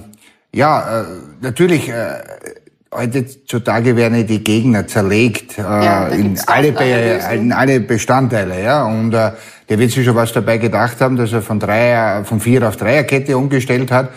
natürlich, heutzutage werden die Gegner zerlegt in alle Bestandteile, ja. Und der wird sich schon was dabei gedacht haben, dass er von 4 auf 3er-Kette umgestellt hat.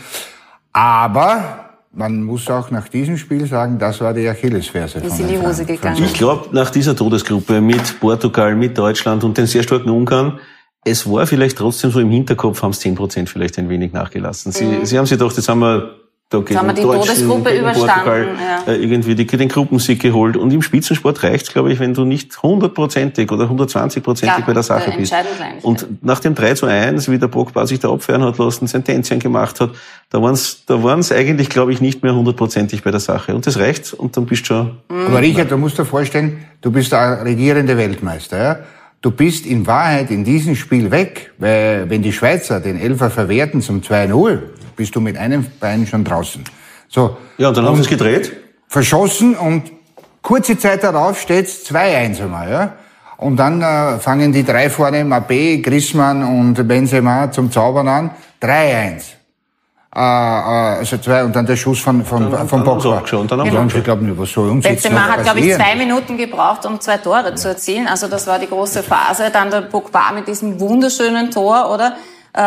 Aber man muss auch nach diesem Spiel sagen, das war die Achillesferse. Ist in die Hose gegangen. Ich glaube, nach dieser Todesgruppe mit Portugal, mit Deutschland und den sehr starken Ungarn, es war vielleicht trotzdem so im Hinterkopf, haben es 10% vielleicht ein wenig nachgelassen. Sie haben sich gedacht, jetzt haben wir da gegen haben wir die Deutschen, Todesgruppe gegen Portugal überstanden, irgendwie den Gruppensieg geholt. Und im Spitzensport reicht's, glaube ich, wenn du nicht 100%ig oder 120%ig bei der Sache bist. Und nach dem 3:1, wie der Pogba sich da abwehren hat lassen, Sentenzien gemacht hat, da waren's eigentlich, glaube ich, nicht mehr 100%ig bei der Sache. Und das reicht und dann bist du schon... Aber Richard, du musst dir vorstellen, du bist der regierende Weltmeister, ja? Du bist in Wahrheit in diesem Spiel weg, weil wenn die Schweizer den Elfer verwerten zum 2:0, bist du mit einem Bein schon draußen. So. Ja, und dann haben sie es gedreht. Verschossen und kurze Zeit darauf steht's 2:1 einmal, ja. Und dann fangen die 3 vorne, Mbappé, Griezmann und Benzema zum Zaubern an. 3:1. Also 2 und dann der Schuss von Pogba. Ich glaube, was soll uns jetzt noch Benzema hat, glaube ich, passieren? 2 Minuten gebraucht, um 2 Tore zu erzielen. Also das war die große Phase. Dann der Pogba mit diesem wunderschönen Tor, oder?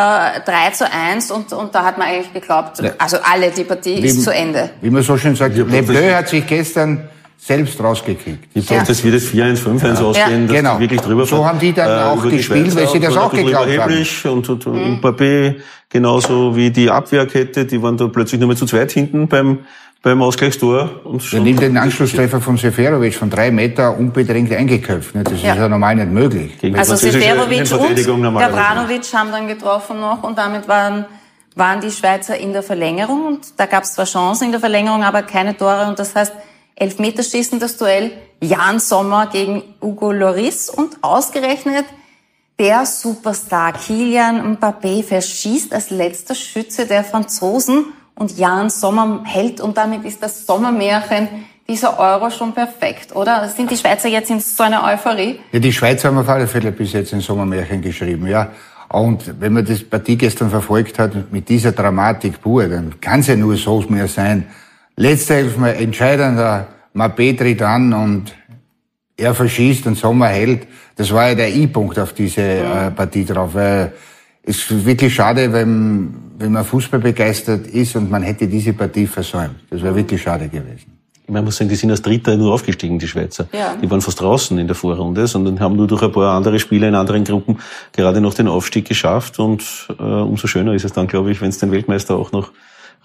3:1 und da hat man eigentlich geglaubt, also die Partie ist zu Ende. Wie man so schön sagt, Le Bleu hat sich gestern selbst rausgekriegt. Ich glaube, das wird jetzt 4:1, 5:1 ausgehen, dass die wirklich drüber so haben die dann auch gespielt, weil sie das auch geglaubt haben. Und Mbappé, genauso wie die Abwehrkette, die waren da plötzlich nur mehr zu zweit hinten beim Ausgleichstor. Und Wir nehmen den Anschlusstreffer von Seferovic von 3 Meter unbedrängt eingeköpft. Das ist ja normal nicht möglich. Also Seferovic und Gavranovic haben dann getroffen noch und damit waren die Schweizer in der Verlängerung und da gab es zwar Chancen in der Verlängerung, aber keine Tore und das heißt Elfmeterschießen, das Duell Jan Sommer gegen Hugo Lloris und ausgerechnet der Superstar Kylian Mbappé verschießt als letzter Schütze der Franzosen und Jan Sommer hält und damit ist das Sommermärchen dieser Euro schon perfekt, oder? Sind die Schweizer jetzt in so einer Euphorie? Ja, die Schweizer haben auf alle Fälle bis jetzt ein Sommermärchen geschrieben, ja. Und wenn man das Partie gestern verfolgt hat, mit dieser Dramatik pur, dann kann es ja nur so mehr sein. Letzter Elfmeter, entscheidender, Mbappé tritt an und er verschießt und Sommer hält. Das war ja der I-Punkt auf diese Partie drauf. Es ist wirklich schade, wenn man Fußball begeistert ist und man hätte diese Partie versäumt. Das wäre wirklich schade gewesen. Man muss sagen, die sind als Dritter nur aufgestiegen, die Schweizer. Ja. Die waren fast draußen in der Vorrunde, sondern haben nur durch ein paar andere Spiele in anderen Gruppen gerade noch den Aufstieg geschafft. Und umso schöner ist es dann, glaube ich, wenn es den Weltmeister auch noch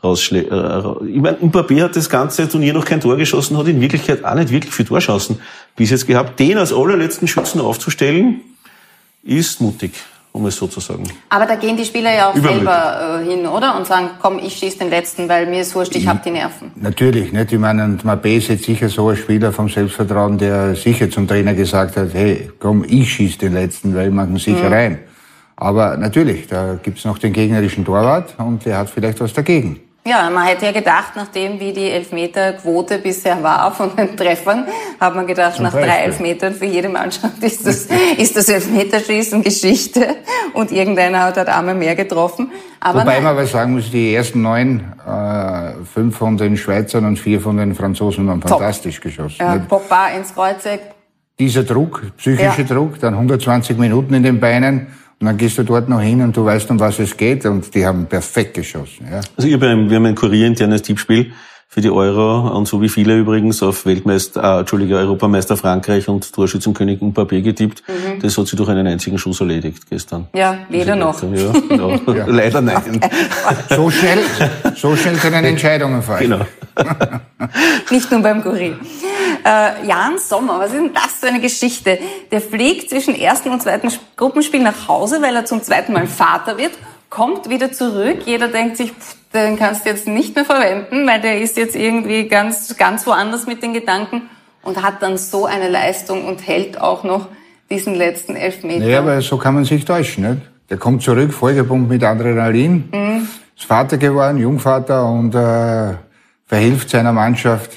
rausschlägt. Ich meine, Mbappé hat das ganze Turnier noch kein Tor geschossen, hat in Wirklichkeit auch nicht wirklich viel Torschancen bis jetzt gehabt. Den als allerletzten Schützen aufzustellen, ist mutig, um es so zu sagen. Aber da gehen die Spieler ja auch selber hin, oder? Und sagen, komm, ich schieße den Letzten, weil mir ist wurscht, ich hab die Nerven. Natürlich, nicht? Ich meine, und Mbappé ist jetzt sicher so ein Spieler vom Selbstvertrauen, der sicher zum Trainer gesagt hat, hey, komm, ich schieße den Letzten, weil ich mache ihn sicher rein. Aber natürlich, da gibt's noch den gegnerischen Torwart und der hat vielleicht was dagegen. Ja, man hätte ja gedacht, nachdem wie die Elfmeterquote bisher war von den Treffern, hat man gedacht, nach 3 Elfmetern für jede Mannschaft ist das Elfmeterschießen Geschichte und irgendeiner hat halt einmal mehr getroffen. Aber wobei man aber sagen muss, die ersten 9, 5 von den Schweizern und 4 von den Franzosen haben fantastisch geschossen. Ja, Pogba ins Kreuzeck. Dieser Druck, psychische Druck, dann 120 Minuten in den Beinen. Und dann gehst du dort noch hin und du weißt, um was es geht. Und die haben perfekt geschossen. Ja. Also wir haben ein Kurier-internes Tippspiel für die Euro. Und so wie viele übrigens auf Europameister Frankreich und Torschützenkönig Mbappé getippt. Das hat sich durch einen einzigen Schuss erledigt gestern. Ja, weder noch. Ja, genau. Ja. Leider nein. So schnell können Entscheidungen fallen. Genau. Nicht nur beim Kurier. Jan Sommer, was ist denn das für eine Geschichte? Der fliegt zwischen ersten und zweiten Gruppenspiel nach Hause, weil er zum zweiten Mal Vater wird, kommt wieder zurück. Jeder denkt sich, den kannst du jetzt nicht mehr verwenden, weil der ist jetzt irgendwie ganz woanders mit den Gedanken und hat dann so eine Leistung und hält auch noch diesen letzten Elfmeter. Naja, aber so kann man sich täuschen, nicht? Der kommt zurück, vollgepumpt mit Adrenalin, ist Vater geworden, Jungvater und verhilft seiner Mannschaft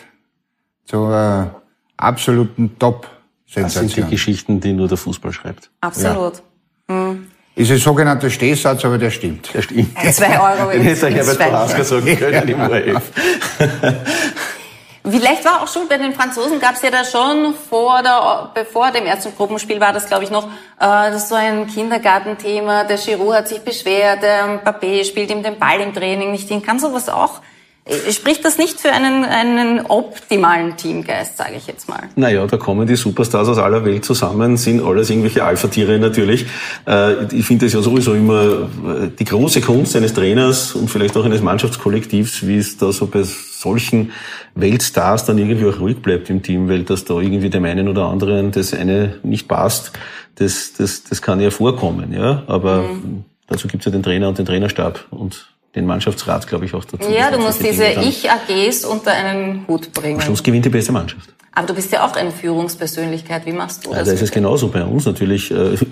zur absoluten Top-Sensation. Das sind die Geschichten, die nur der Fußball schreibt. Absolut. Ja. Ist ein sogenannter Stehsatz, aber der stimmt. Der stimmt. 2 Euro Den hätte Herbert Prohaska sagen können im ORF. Vielleicht war auch schon bei den Franzosen, gab es ja da schon bevor dem ersten Gruppenspiel war das, glaube ich, noch das so ein Kindergartenthema. Der Giroud hat sich beschwert, der Mbappé spielt ihm den Ball im Training nicht hin. Kann sowas auch? Spricht das nicht für einen optimalen Teamgeist, sage ich jetzt mal? Naja, da kommen die Superstars aus aller Welt zusammen, sind alles irgendwelche Alpha-Tiere natürlich. Ich finde es ja sowieso immer die große Kunst eines Trainers und vielleicht auch eines Mannschaftskollektivs, wie es da so bei solchen Weltstars dann irgendwie auch ruhig bleibt im Team, weil dass da irgendwie dem einen oder anderen das eine nicht passt, das kann ja vorkommen, ja. Aber dazu gibt's ja den Trainer und den Trainerstab und den Mannschaftsrat, glaube ich, auch dazu. Ja, du musst diese Ich-AGs unter einen Hut bringen. Am Schluss gewinnt die beste Mannschaft. Aber du bist ja auch eine Führungspersönlichkeit. Wie machst du das? Da ist es genauso bei uns natürlich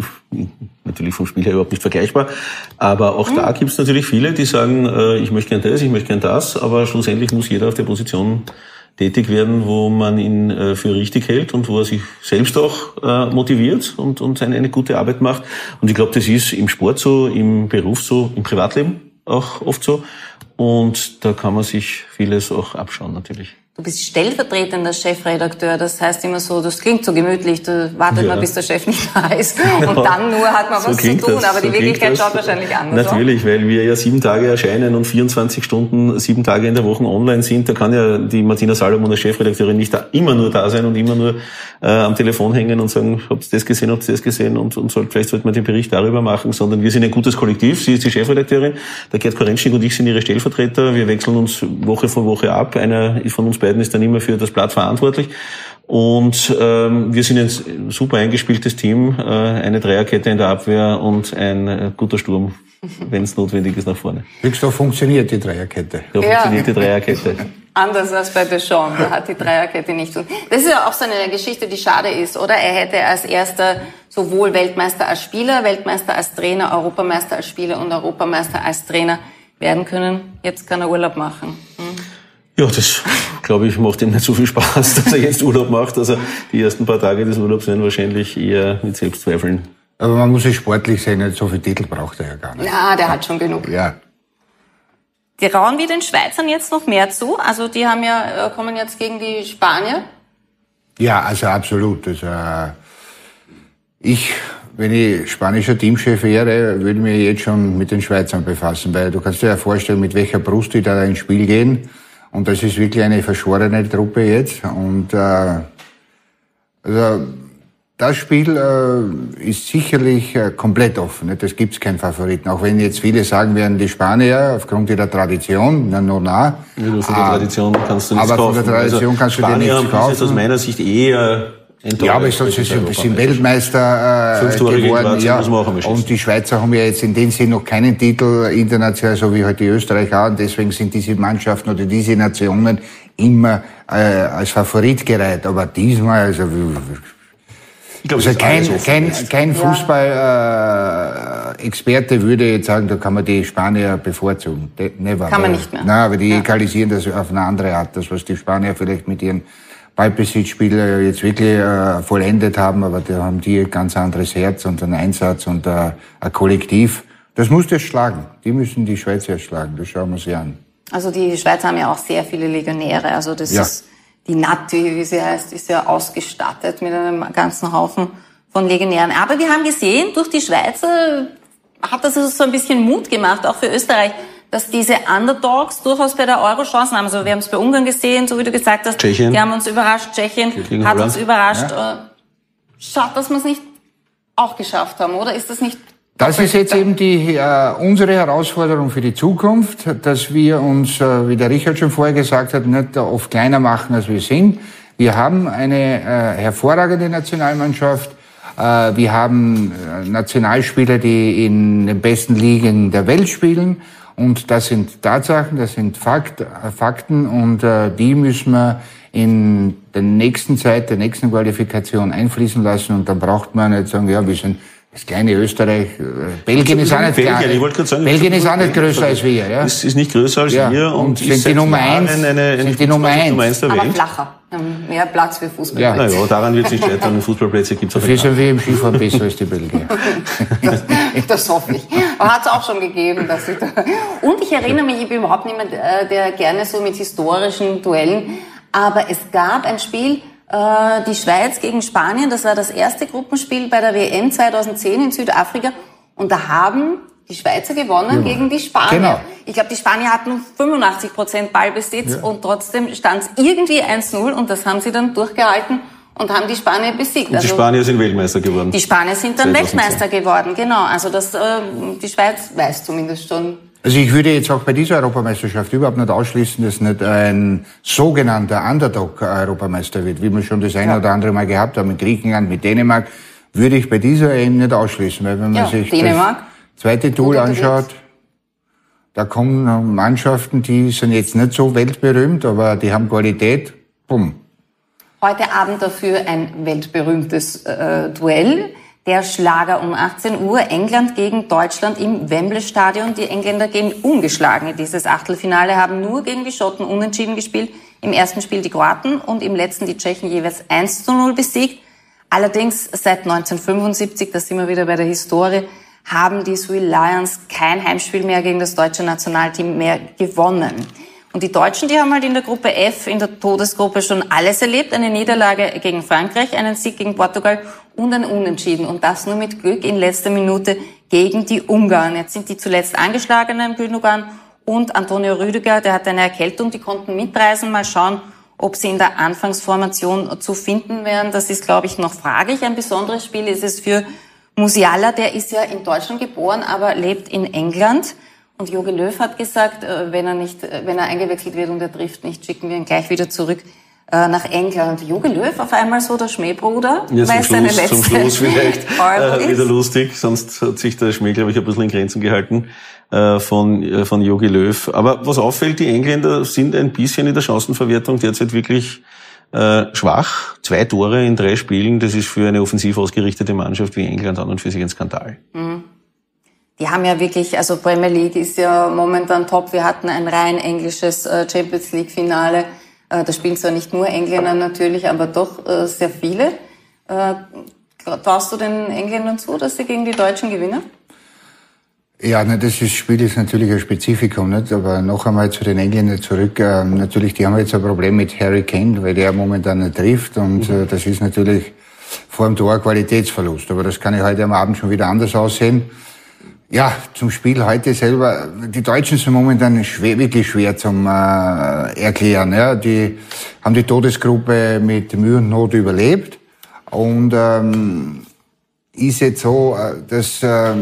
vom Spiel her überhaupt nicht vergleichbar. Aber auch da gibt es natürlich viele, die sagen, ich möchte gern das, ich möchte gern das. Aber schlussendlich muss jeder auf der Position tätig werden, wo man ihn für richtig hält und wo er sich selbst auch motiviert und eine gute Arbeit macht. Und ich glaube, das ist im Sport so, im Beruf so, im Privatleben auch oft so. Und da kann man sich vieles auch abschauen, natürlich. Du bist stellvertretender Chefredakteur, das heißt immer so, das klingt so gemütlich, du wartet mal, bis der Chef nicht da ist und dann nur hat man was zu tun, aber die Wirklichkeit schaut wahrscheinlich anders aus. Natürlich, weil wir ja 7 Tage erscheinen und 24 Stunden, 7 Tage in der Woche online sind, da kann ja die Martina Salomon als Chefredakteurin nicht immer nur da sein und immer nur am Telefon hängen und sagen, habt ihr das gesehen und vielleicht sollte man den Bericht darüber machen, sondern wir sind ein gutes Kollektiv, sie ist die Chefredakteurin, der Gerd Korenschnik und ich sind ihre Stellvertreter, wir wechseln uns Woche für Woche ab, einer von uns beiden ist dann immer für das Blatt verantwortlich. Und wir sind ein super eingespieltes Team, eine Dreierkette in der Abwehr und ein guter Sturm, wenn es notwendig ist, nach vorne. Da funktioniert die Dreierkette. Funktioniert die Dreierkette. Anders als bei Deschamps, da hat die Dreierkette nicht. Das ist ja auch so eine Geschichte, die schade ist, oder? Er hätte als erster sowohl Weltmeister als Spieler, Weltmeister als Trainer, Europameister als Spieler und Europameister als Trainer werden können. Jetzt kann er Urlaub machen. Ja, das, glaube ich, macht ihm nicht so viel Spaß, dass er jetzt Urlaub macht. Also die ersten paar Tage des Urlaubs werden wahrscheinlich eher mit Selbstzweifeln. Aber man muss es sportlich sehen, so viel Titel braucht er ja gar nicht. Ja, der hat schon genug. Ja. Die rauen wir den Schweizern jetzt noch mehr zu? Also die kommen jetzt gegen die Spanier? Ja, also absolut. Also, wenn ich spanischer Teamchef wäre, würde ich mich jetzt schon mit den Schweizern befassen, weil du kannst dir ja vorstellen, mit welcher Brust die da ins Spiel gehen. Und das ist wirklich eine verschworene Truppe jetzt. Und also Das Spiel ist sicherlich komplett offen. Das gibt's keinen Favoriten. Auch wenn jetzt viele sagen werden, die Spanier aufgrund ihrer Tradition, Ja, von der Tradition kannst du nichts kaufen. Aber von der Tradition kannst du dir nichts kaufen. Spanier ist aus meiner Sicht ja, aber sie sind Weltmeister geworden. Ja. Und die Schweizer haben ja jetzt in dem Sinn noch keinen Titel international, so wie halt die Österreicher. Und deswegen sind diese Mannschaften oder diese Nationen immer als Favorit gereiht. Aber diesmal, also ich glaube, kein Fußball-Experte würde jetzt sagen, da kann man die Spanier bevorzugen. Never. Kann man nicht mehr. Nein, aber die egalisieren das auf eine andere Art. Das, was die Spanier vielleicht mit ihren Ballbesitzspieler jetzt wirklich vollendet haben, aber da haben die ein ganz anderes Herz und einen Einsatz und ein Kollektiv. Das muss das schlagen. Die müssen die Schweizer schlagen. Das schauen wir uns an. Also die Schweizer haben ja auch sehr viele Legionäre. Also das ist die Nati, wie sie heißt, ist ja ausgestattet mit einem ganzen Haufen von Legionären. Aber wir haben gesehen, durch die Schweizer hat das so ein bisschen Mut gemacht, auch für Österreich, dass diese Underdogs durchaus bei der Euro Chancen haben. Also wir haben es bei Ungarn gesehen, so wie du gesagt hast. Tschechien. Die haben uns überrascht. Tschechien hat uns überrascht. Ja. Schade, dass wir es nicht auch geschafft haben, oder? Ist das nicht... Das ist jetzt eben unsere Herausforderung für die Zukunft, dass wir uns, wie der Richard schon vorher gesagt hat, nicht oft kleiner machen, als wir sind. Wir haben eine hervorragende Nationalmannschaft. Wir haben Nationalspieler, die in den besten Ligen der Welt spielen. Und das sind Tatsachen, das sind Fakten und die müssen wir in der nächsten Zeit, der nächsten Qualifikation einfließen lassen. Und dann braucht man nicht sagen, ja, wir sind das kleine Österreich. Belgien ist auch nicht klein. Belgien ist auch nicht größer als wir. Ja? Es ist nicht größer als wir und sind die Nummer 1. Sind die Nummer 1. Aber flacher. Mehr Platz für Fußball. Ja. Naja, daran wird es nicht scheitern. Fußballplätze gibt es auch. Dafür sind wir im Skifahren besser als die Belgier. Das hoffe ich. Aber hat es auch schon gegeben. Dass ich da und ich erinnere mich, ich bin überhaupt niemand, der gerne so mit historischen Duellen. Aber es gab ein Spiel, die Schweiz gegen Spanien. Das war das erste Gruppenspiel bei der WM 2010 in Südafrika. Und da haben die Schweizer gewonnen gegen die Spanier. Genau. Ich glaube, die Spanier hatten 85% Ballbesitz und trotzdem stand es irgendwie 1-0 und das haben sie dann durchgehalten und haben die Spanier besiegt. Und die Spanier sind Weltmeister geworden. Die Spanier sind dann Weltmeister geworden, genau. Also das, die Schweiz weiß zumindest schon. Also ich würde jetzt auch bei dieser Europameisterschaft überhaupt nicht ausschließen, dass nicht ein sogenannter Underdog-Europameister wird, wie wir schon das eine oder andere Mal gehabt haben, mit Griechenland, mit Dänemark, würde ich bei dieser eben nicht ausschließen, weil wenn man sich Dänemark, das zweite Tool anschaut, da kommen Mannschaften, die sind jetzt nicht so weltberühmt, aber die haben Qualität. Bumm. Heute Abend dafür ein weltberühmtes Duell. Der Schlager um 18 Uhr, England gegen Deutschland im Wembley-Stadion. Die Engländer gehen ungeschlagen in dieses Achtelfinale, haben nur gegen die Schotten unentschieden gespielt. Im ersten Spiel die Kroaten und im letzten die Tschechen jeweils 1-0 besiegt. Allerdings seit 1975, da sind wir wieder bei der Historie, haben die Three Lions kein Heimspiel mehr gegen das deutsche Nationalteam mehr gewonnen. Und die Deutschen, die haben halt in der Gruppe F, in der Todesgruppe schon alles erlebt. Eine Niederlage gegen Frankreich, einen Sieg gegen Portugal und ein Unentschieden. Und das nur mit Glück in letzter Minute gegen die Ungarn. Jetzt sind die zuletzt angeschlagenen Gündogan und Antonio Rüdiger, der hat eine Erkältung, die konnten mitreisen. Mal schauen, ob sie in der Anfangsformation zu finden wären. Das ist, glaube ich, noch fraglich. Ein besonderes Spiel ist es für Musiala, der ist ja in Deutschland geboren, aber lebt in England. Und Jogi Löw hat gesagt, wenn er eingewechselt wird und er trifft nicht, schicken wir ihn gleich wieder zurück nach England. Jogi Löw auf einmal so der Schmähbruder, ja, weil zum Schluss vielleicht wieder lustig, sonst hat sich der Schmäh, glaube ich, ein bisschen in Grenzen gehalten von Jogi Löw. Aber was auffällt, die Engländer sind ein bisschen in der Chancenverwertung derzeit wirklich schwach. 2 Tore in 3 Spielen, das ist für eine offensiv ausgerichtete Mannschaft wie England an und für sich ein Skandal. Mhm. Die haben ja wirklich, also Premier League ist ja momentan top. Wir hatten ein rein englisches Champions League Finale. Da spielen zwar nicht nur Engländer natürlich, aber doch sehr viele. Traust du den Engländern zu, dass sie gegen die Deutschen gewinnen? Ja, das Spiel ist natürlich ein Spezifikum, nicht? Aber noch einmal zu den Engländern zurück. Natürlich, die haben jetzt ein Problem mit Harry Kane, weil der momentan nicht trifft. Und das ist natürlich vor dem Tor Qualitätsverlust. Aber das kann ja heute am Abend schon wieder anders aussehen. Ja, zum Spiel heute selber. Die Deutschen sind momentan wirklich schwer zum erklären. Ja, die haben die Todesgruppe mit Mühe und Not überlebt. Und ist jetzt so, dass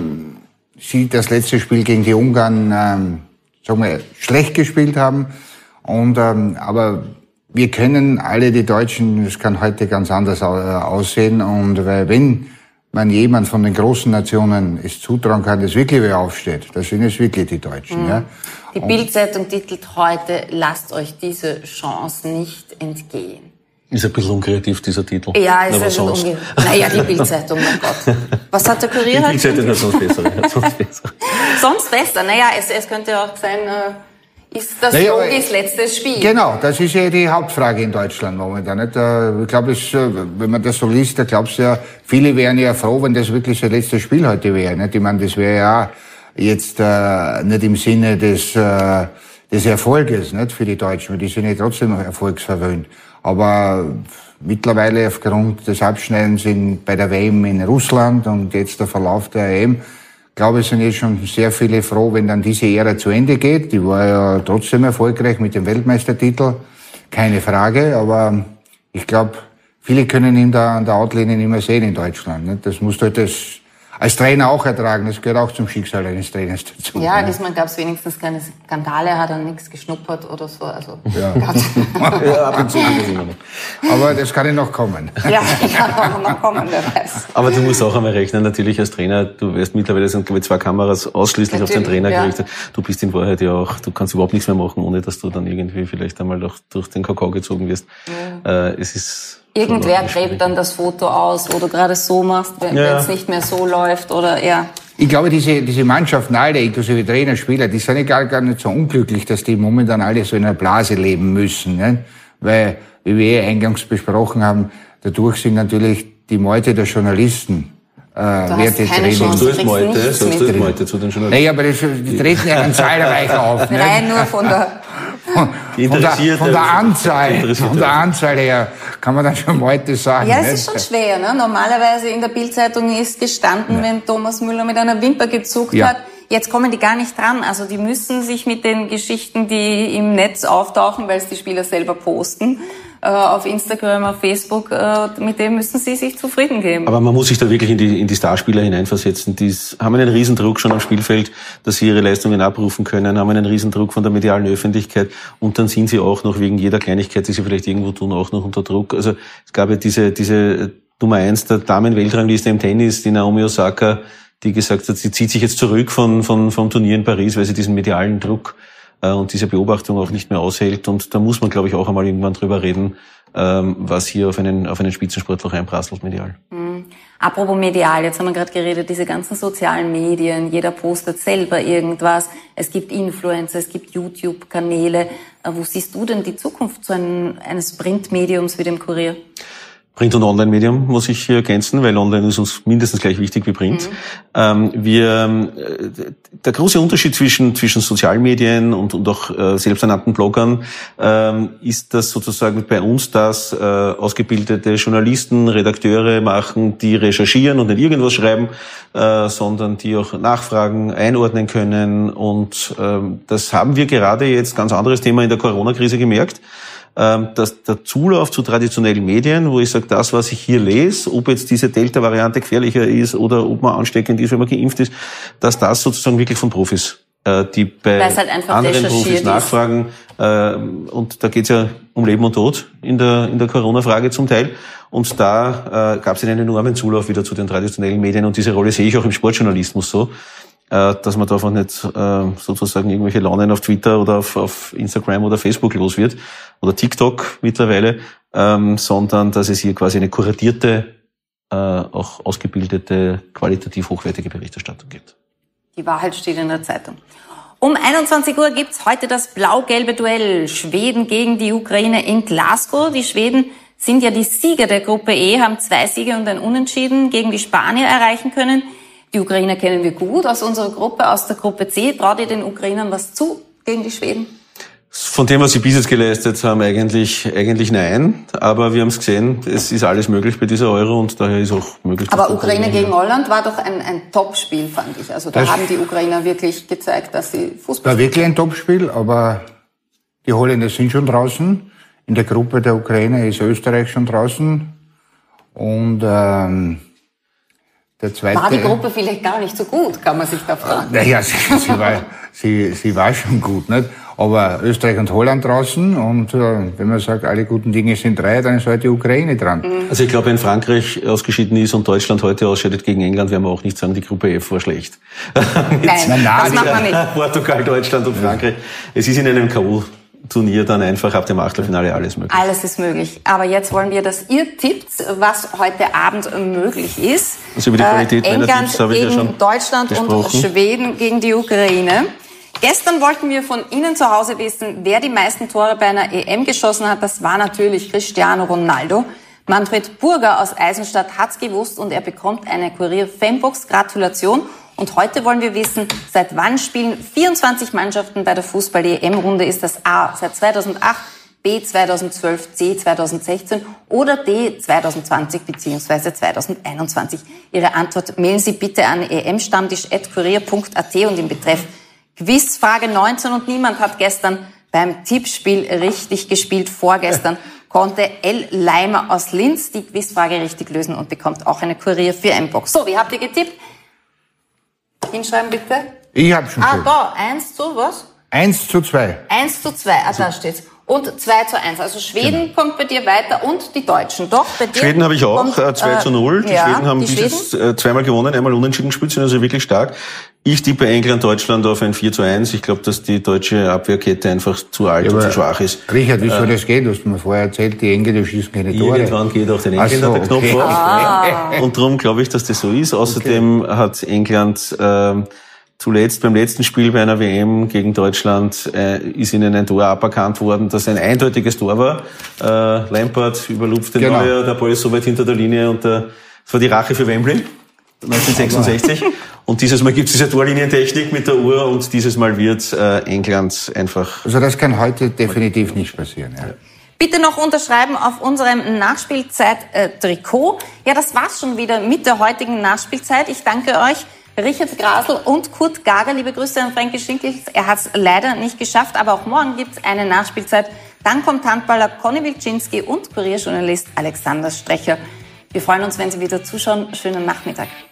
sie das letzte Spiel gegen die Ungarn sagen wir, schlecht gespielt haben. Und aber wir kennen alle die Deutschen, es kann heute ganz anders aussehen. Und weil wenn man jemand von den großen Nationen es zutrauen kann, dass wirklich wer aufsteht, das sind es wirklich die Deutschen. Ja. Die Bild-Zeitung titelt heute, lasst euch diese Chance nicht entgehen. Ist ein bisschen unkreativ, dieser Titel. Ja, ist ein bisschen unkreativ. Naja, die Bild-Zeitung, mein Gott. Was hat der Kurier? Die Bild-Zeitung hat sonst besser. Sonst besser. Naja, es könnte auch sein, ist das Jogis letztes Spiel? Genau, das ist ja die Hauptfrage in Deutschland momentan. Nicht? Ich glaube, wenn man das so liest, da glaubst du ja, viele wären ja froh, wenn das wirklich das letzte Spiel heute wäre. Nicht? Ich meine, das wäre ja jetzt nicht im Sinne des Erfolges, nicht, für die Deutschen, weil die sind ja trotzdem erfolgsverwöhnt. Aber mittlerweile aufgrund des Abschneidens bei der WM in Russland und jetzt der Verlauf der EM, glaube ich, sind jetzt schon sehr viele froh, wenn dann diese Ära zu Ende geht. Die war ja trotzdem erfolgreich mit dem Weltmeistertitel, keine Frage. Aber ich glaube, viele können ihn da an der Outlinie nicht mehr sehen in Deutschland. Nicht? Das musst du halt als Trainer auch ertragen. Das gehört auch zum Schicksal eines Trainers dazu. Ja, diesmal gab es wenigstens keine Skandale, hat er nichts geschnuppert oder so. Also, ja. Ja, ab und zu geht das immer noch. Aber das kann ja noch kommen. Ja, kann noch kommen, wer weiß. Aber du musst auch einmal rechnen, natürlich als Trainer, du wirst mittlerweile, sind glaube ich 2 Kameras ausschließlich natürlich, auf den Trainer gerichtet. Du bist in Wahrheit ja auch, du kannst überhaupt nichts mehr machen, ohne dass du dann irgendwie vielleicht einmal durch den Kakao gezogen wirst. Ja. Es ist... Irgendwer gräbt dann das Foto aus, wo du gerade so machst, wenn es nicht mehr so läuft oder ja. Ich glaube, diese Mannschaften alle, inklusive Trainer, Spieler, die sind ja gar nicht so unglücklich, dass die momentan alle so in einer Blase leben müssen. Ne? Weil, wie wir eingangs besprochen haben, dadurch sind natürlich die Meute der Journalisten Werte Training. Sagst du jetzt Meute zu den Journalisten? Naja, aber die treten ja ganz zahlreich auf. Ne? Nein, nur von der Anzahl her kann man dann schon Meute sagen. Ja, es ist schon schwer. Ne? Normalerweise in der Bild-Zeitung ist gestanden, wenn Thomas Müller mit einer Wimper gezuckt hat. Jetzt kommen die gar nicht dran. Also die müssen sich mit den Geschichten, die im Netz auftauchen, weil es die Spieler selber posten, auf Instagram, auf Facebook, mit dem müssen sie sich zufrieden geben. Aber man muss sich da wirklich in die Starspieler hineinversetzen. Die haben einen Riesendruck schon am Spielfeld, dass sie ihre Leistungen abrufen können, haben einen Riesendruck von der medialen Öffentlichkeit und dann sind sie auch noch wegen jeder Kleinigkeit, die sie vielleicht irgendwo tun, auch noch unter Druck. Also es gab ja diese Nummer 1 der Damen-Weltrangliste im Tennis, die Naomi Osaka, die gesagt hat, sie zieht sich jetzt zurück vom Turnier in Paris, weil sie diesen medialen Druck und diese Beobachtung auch nicht mehr aushält. Und da muss man, glaube ich, auch einmal irgendwann drüber reden, was hier auf einen Spitzensportler reinprasselt medial. Apropos medial, jetzt haben wir gerade geredet, diese ganzen sozialen Medien, jeder postet selber irgendwas. Es gibt Influencer, es gibt YouTube-Kanäle. Wo siehst du denn die Zukunft eines Printmediums wie dem Kurier? Print- und Online-Medium muss ich hier ergänzen, weil Online ist uns mindestens gleich wichtig wie Print. Der große Unterschied zwischen sozialen Medien und auch selbsternannten Bloggern ist, dass sozusagen bei uns das ausgebildete Journalisten, Redakteure machen, die recherchieren und nicht irgendwas schreiben, sondern die auch nachfragen, einordnen können. Und das haben wir gerade jetzt, ganz anderes Thema in der Corona-Krise gemerkt, dass der Zulauf zu traditionellen Medien, wo ich sage, das, was ich hier lese, ob jetzt diese Delta-Variante gefährlicher ist oder ob man ansteckend ist, wenn man geimpft ist, dass das sozusagen wirklich von Profis, die bei halt anderen Profis nachfragen. Und da geht's ja um Leben und Tod in der Corona-Frage zum Teil. Und da gab es einen enormen Zulauf wieder zu den traditionellen Medien. Und diese Rolle sehe ich auch im Sportjournalismus so, dass man da einfach nicht sozusagen irgendwelche Launen auf Twitter oder auf Instagram oder Facebook los wird oder TikTok mittlerweile, sondern dass es hier quasi eine kuratierte, auch ausgebildete, qualitativ hochwertige Berichterstattung gibt. Die Wahrheit steht in der Zeitung. Um 21 Uhr gibt's heute das blau-gelbe Duell. Schweden gegen die Ukraine in Glasgow. Die Schweden sind ja die Sieger der Gruppe E, haben 2 Siege und ein Unentschieden gegen die Spanier erreichen können. Die Ukrainer kennen wir gut aus unserer Gruppe, aus der Gruppe C. Traut ihr den Ukrainern was zu gegen die Schweden? Von dem, was sie bis jetzt geleistet haben, eigentlich nein. Aber wir haben es gesehen, es ist alles möglich bei dieser Euro und daher ist auch möglich. Aber Ukraine gegen Holland war doch ein Top-Spiel, fand ich. Also da haben die Ukrainer wirklich gezeigt, dass sie Fußball spielen. War wirklich ein Top-Spiel, aber die Holländer sind schon draußen. In der Gruppe der Ukraine ist Österreich schon draußen. Und der zweite... War die Gruppe vielleicht gar nicht so gut, kann man sich da fragen. Naja, sie war schon gut, nicht? Aber Österreich und Holland draußen und wenn man sagt, alle guten Dinge sind drei, dann ist halt die Ukraine dran. Also ich glaube, wenn Frankreich ausgeschieden ist und Deutschland heute ausscheidet gegen England, werden wir auch nicht sagen, die Gruppe F war schlecht. Nein, das macht man nicht. Portugal, Deutschland und Frankreich. Es ist in einem K.O.-Turnier dann einfach ab dem Achtelfinale alles möglich. Alles ist möglich. Aber jetzt wollen wir, dass ihr tippt, was heute Abend möglich ist. Also über die Qualität meiner Tipps habe ich ja schon gegen Deutschland gesprochen. Und Schweden gegen die Ukraine. Gestern wollten wir von Ihnen zu Hause wissen, wer die meisten Tore bei einer EM geschossen hat. Das war natürlich Cristiano Ronaldo. Manfred Burger aus Eisenstadt hat's gewusst und er bekommt eine Kurier-Fanbox. Gratulation. Und heute wollen wir wissen, seit wann spielen 24 Mannschaften bei der Fußball-EM-Runde? Ist das A seit 2008, B 2012, C 2016 oder D 2020 bzw. 2021? Ihre Antwort mailen Sie bitte an emstammtisch@kurier.at und im Betreff Quizfrage 19 und niemand hat gestern beim Tippspiel richtig gespielt. Vorgestern konnte L. Leimer aus Linz die Quizfrage richtig lösen und bekommt auch eine Kurier für Fanbox. So, wie habt ihr getippt? Hinschreiben bitte. Ich habe schon schon. Da, 1 zu was? 1:2. 1:2, da steht's. Und 2:1. Also Schweden kommt bei dir weiter und die Deutschen. Doch, bei dir Schweden habe ich auch, kommt, 2:0. Die Schweden haben dieses zweimal gewonnen, einmal unentschieden gespielt, sind also wirklich stark. Ich tippe England, Deutschland auf ein 4:1. Ich glaube, dass die deutsche Abwehrkette einfach zu alt und zu schwach ist. Richard, wie soll das gehen? Du hast mir vorher erzählt, die Engländer schießen keine Tore. Irgendwann geht auch den Engländern der Knopf auf. Und darum glaube ich, dass das so ist. Außerdem hat England zuletzt beim letzten Spiel bei einer WM gegen Deutschland ist ihnen ein Tor aberkannt worden, das ein eindeutiges Tor war. Lampard überlupft den Neuer, der Ball ist so weit hinter der Linie und das war die Rache für Wembley 1966. Und dieses Mal gibt es diese Torlinientechnik mit der Uhr und dieses Mal wird England einfach... Also das kann heute definitiv nicht passieren. Ja. Bitte noch unterschreiben auf unserem Nachspielzeit-Trikot. Ja, das war's schon wieder mit der heutigen Nachspielzeit. Ich danke euch, Richard Grasl und Kurt Gager. Liebe Grüße an Frankie Schinklich. Er hat's leider nicht geschafft, aber auch morgen gibt's eine Nachspielzeit. Dann kommt Handballer Conny Wilczynski und Kurierjournalist Alexander Strecher. Wir freuen uns, wenn Sie wieder zuschauen. Schönen Nachmittag.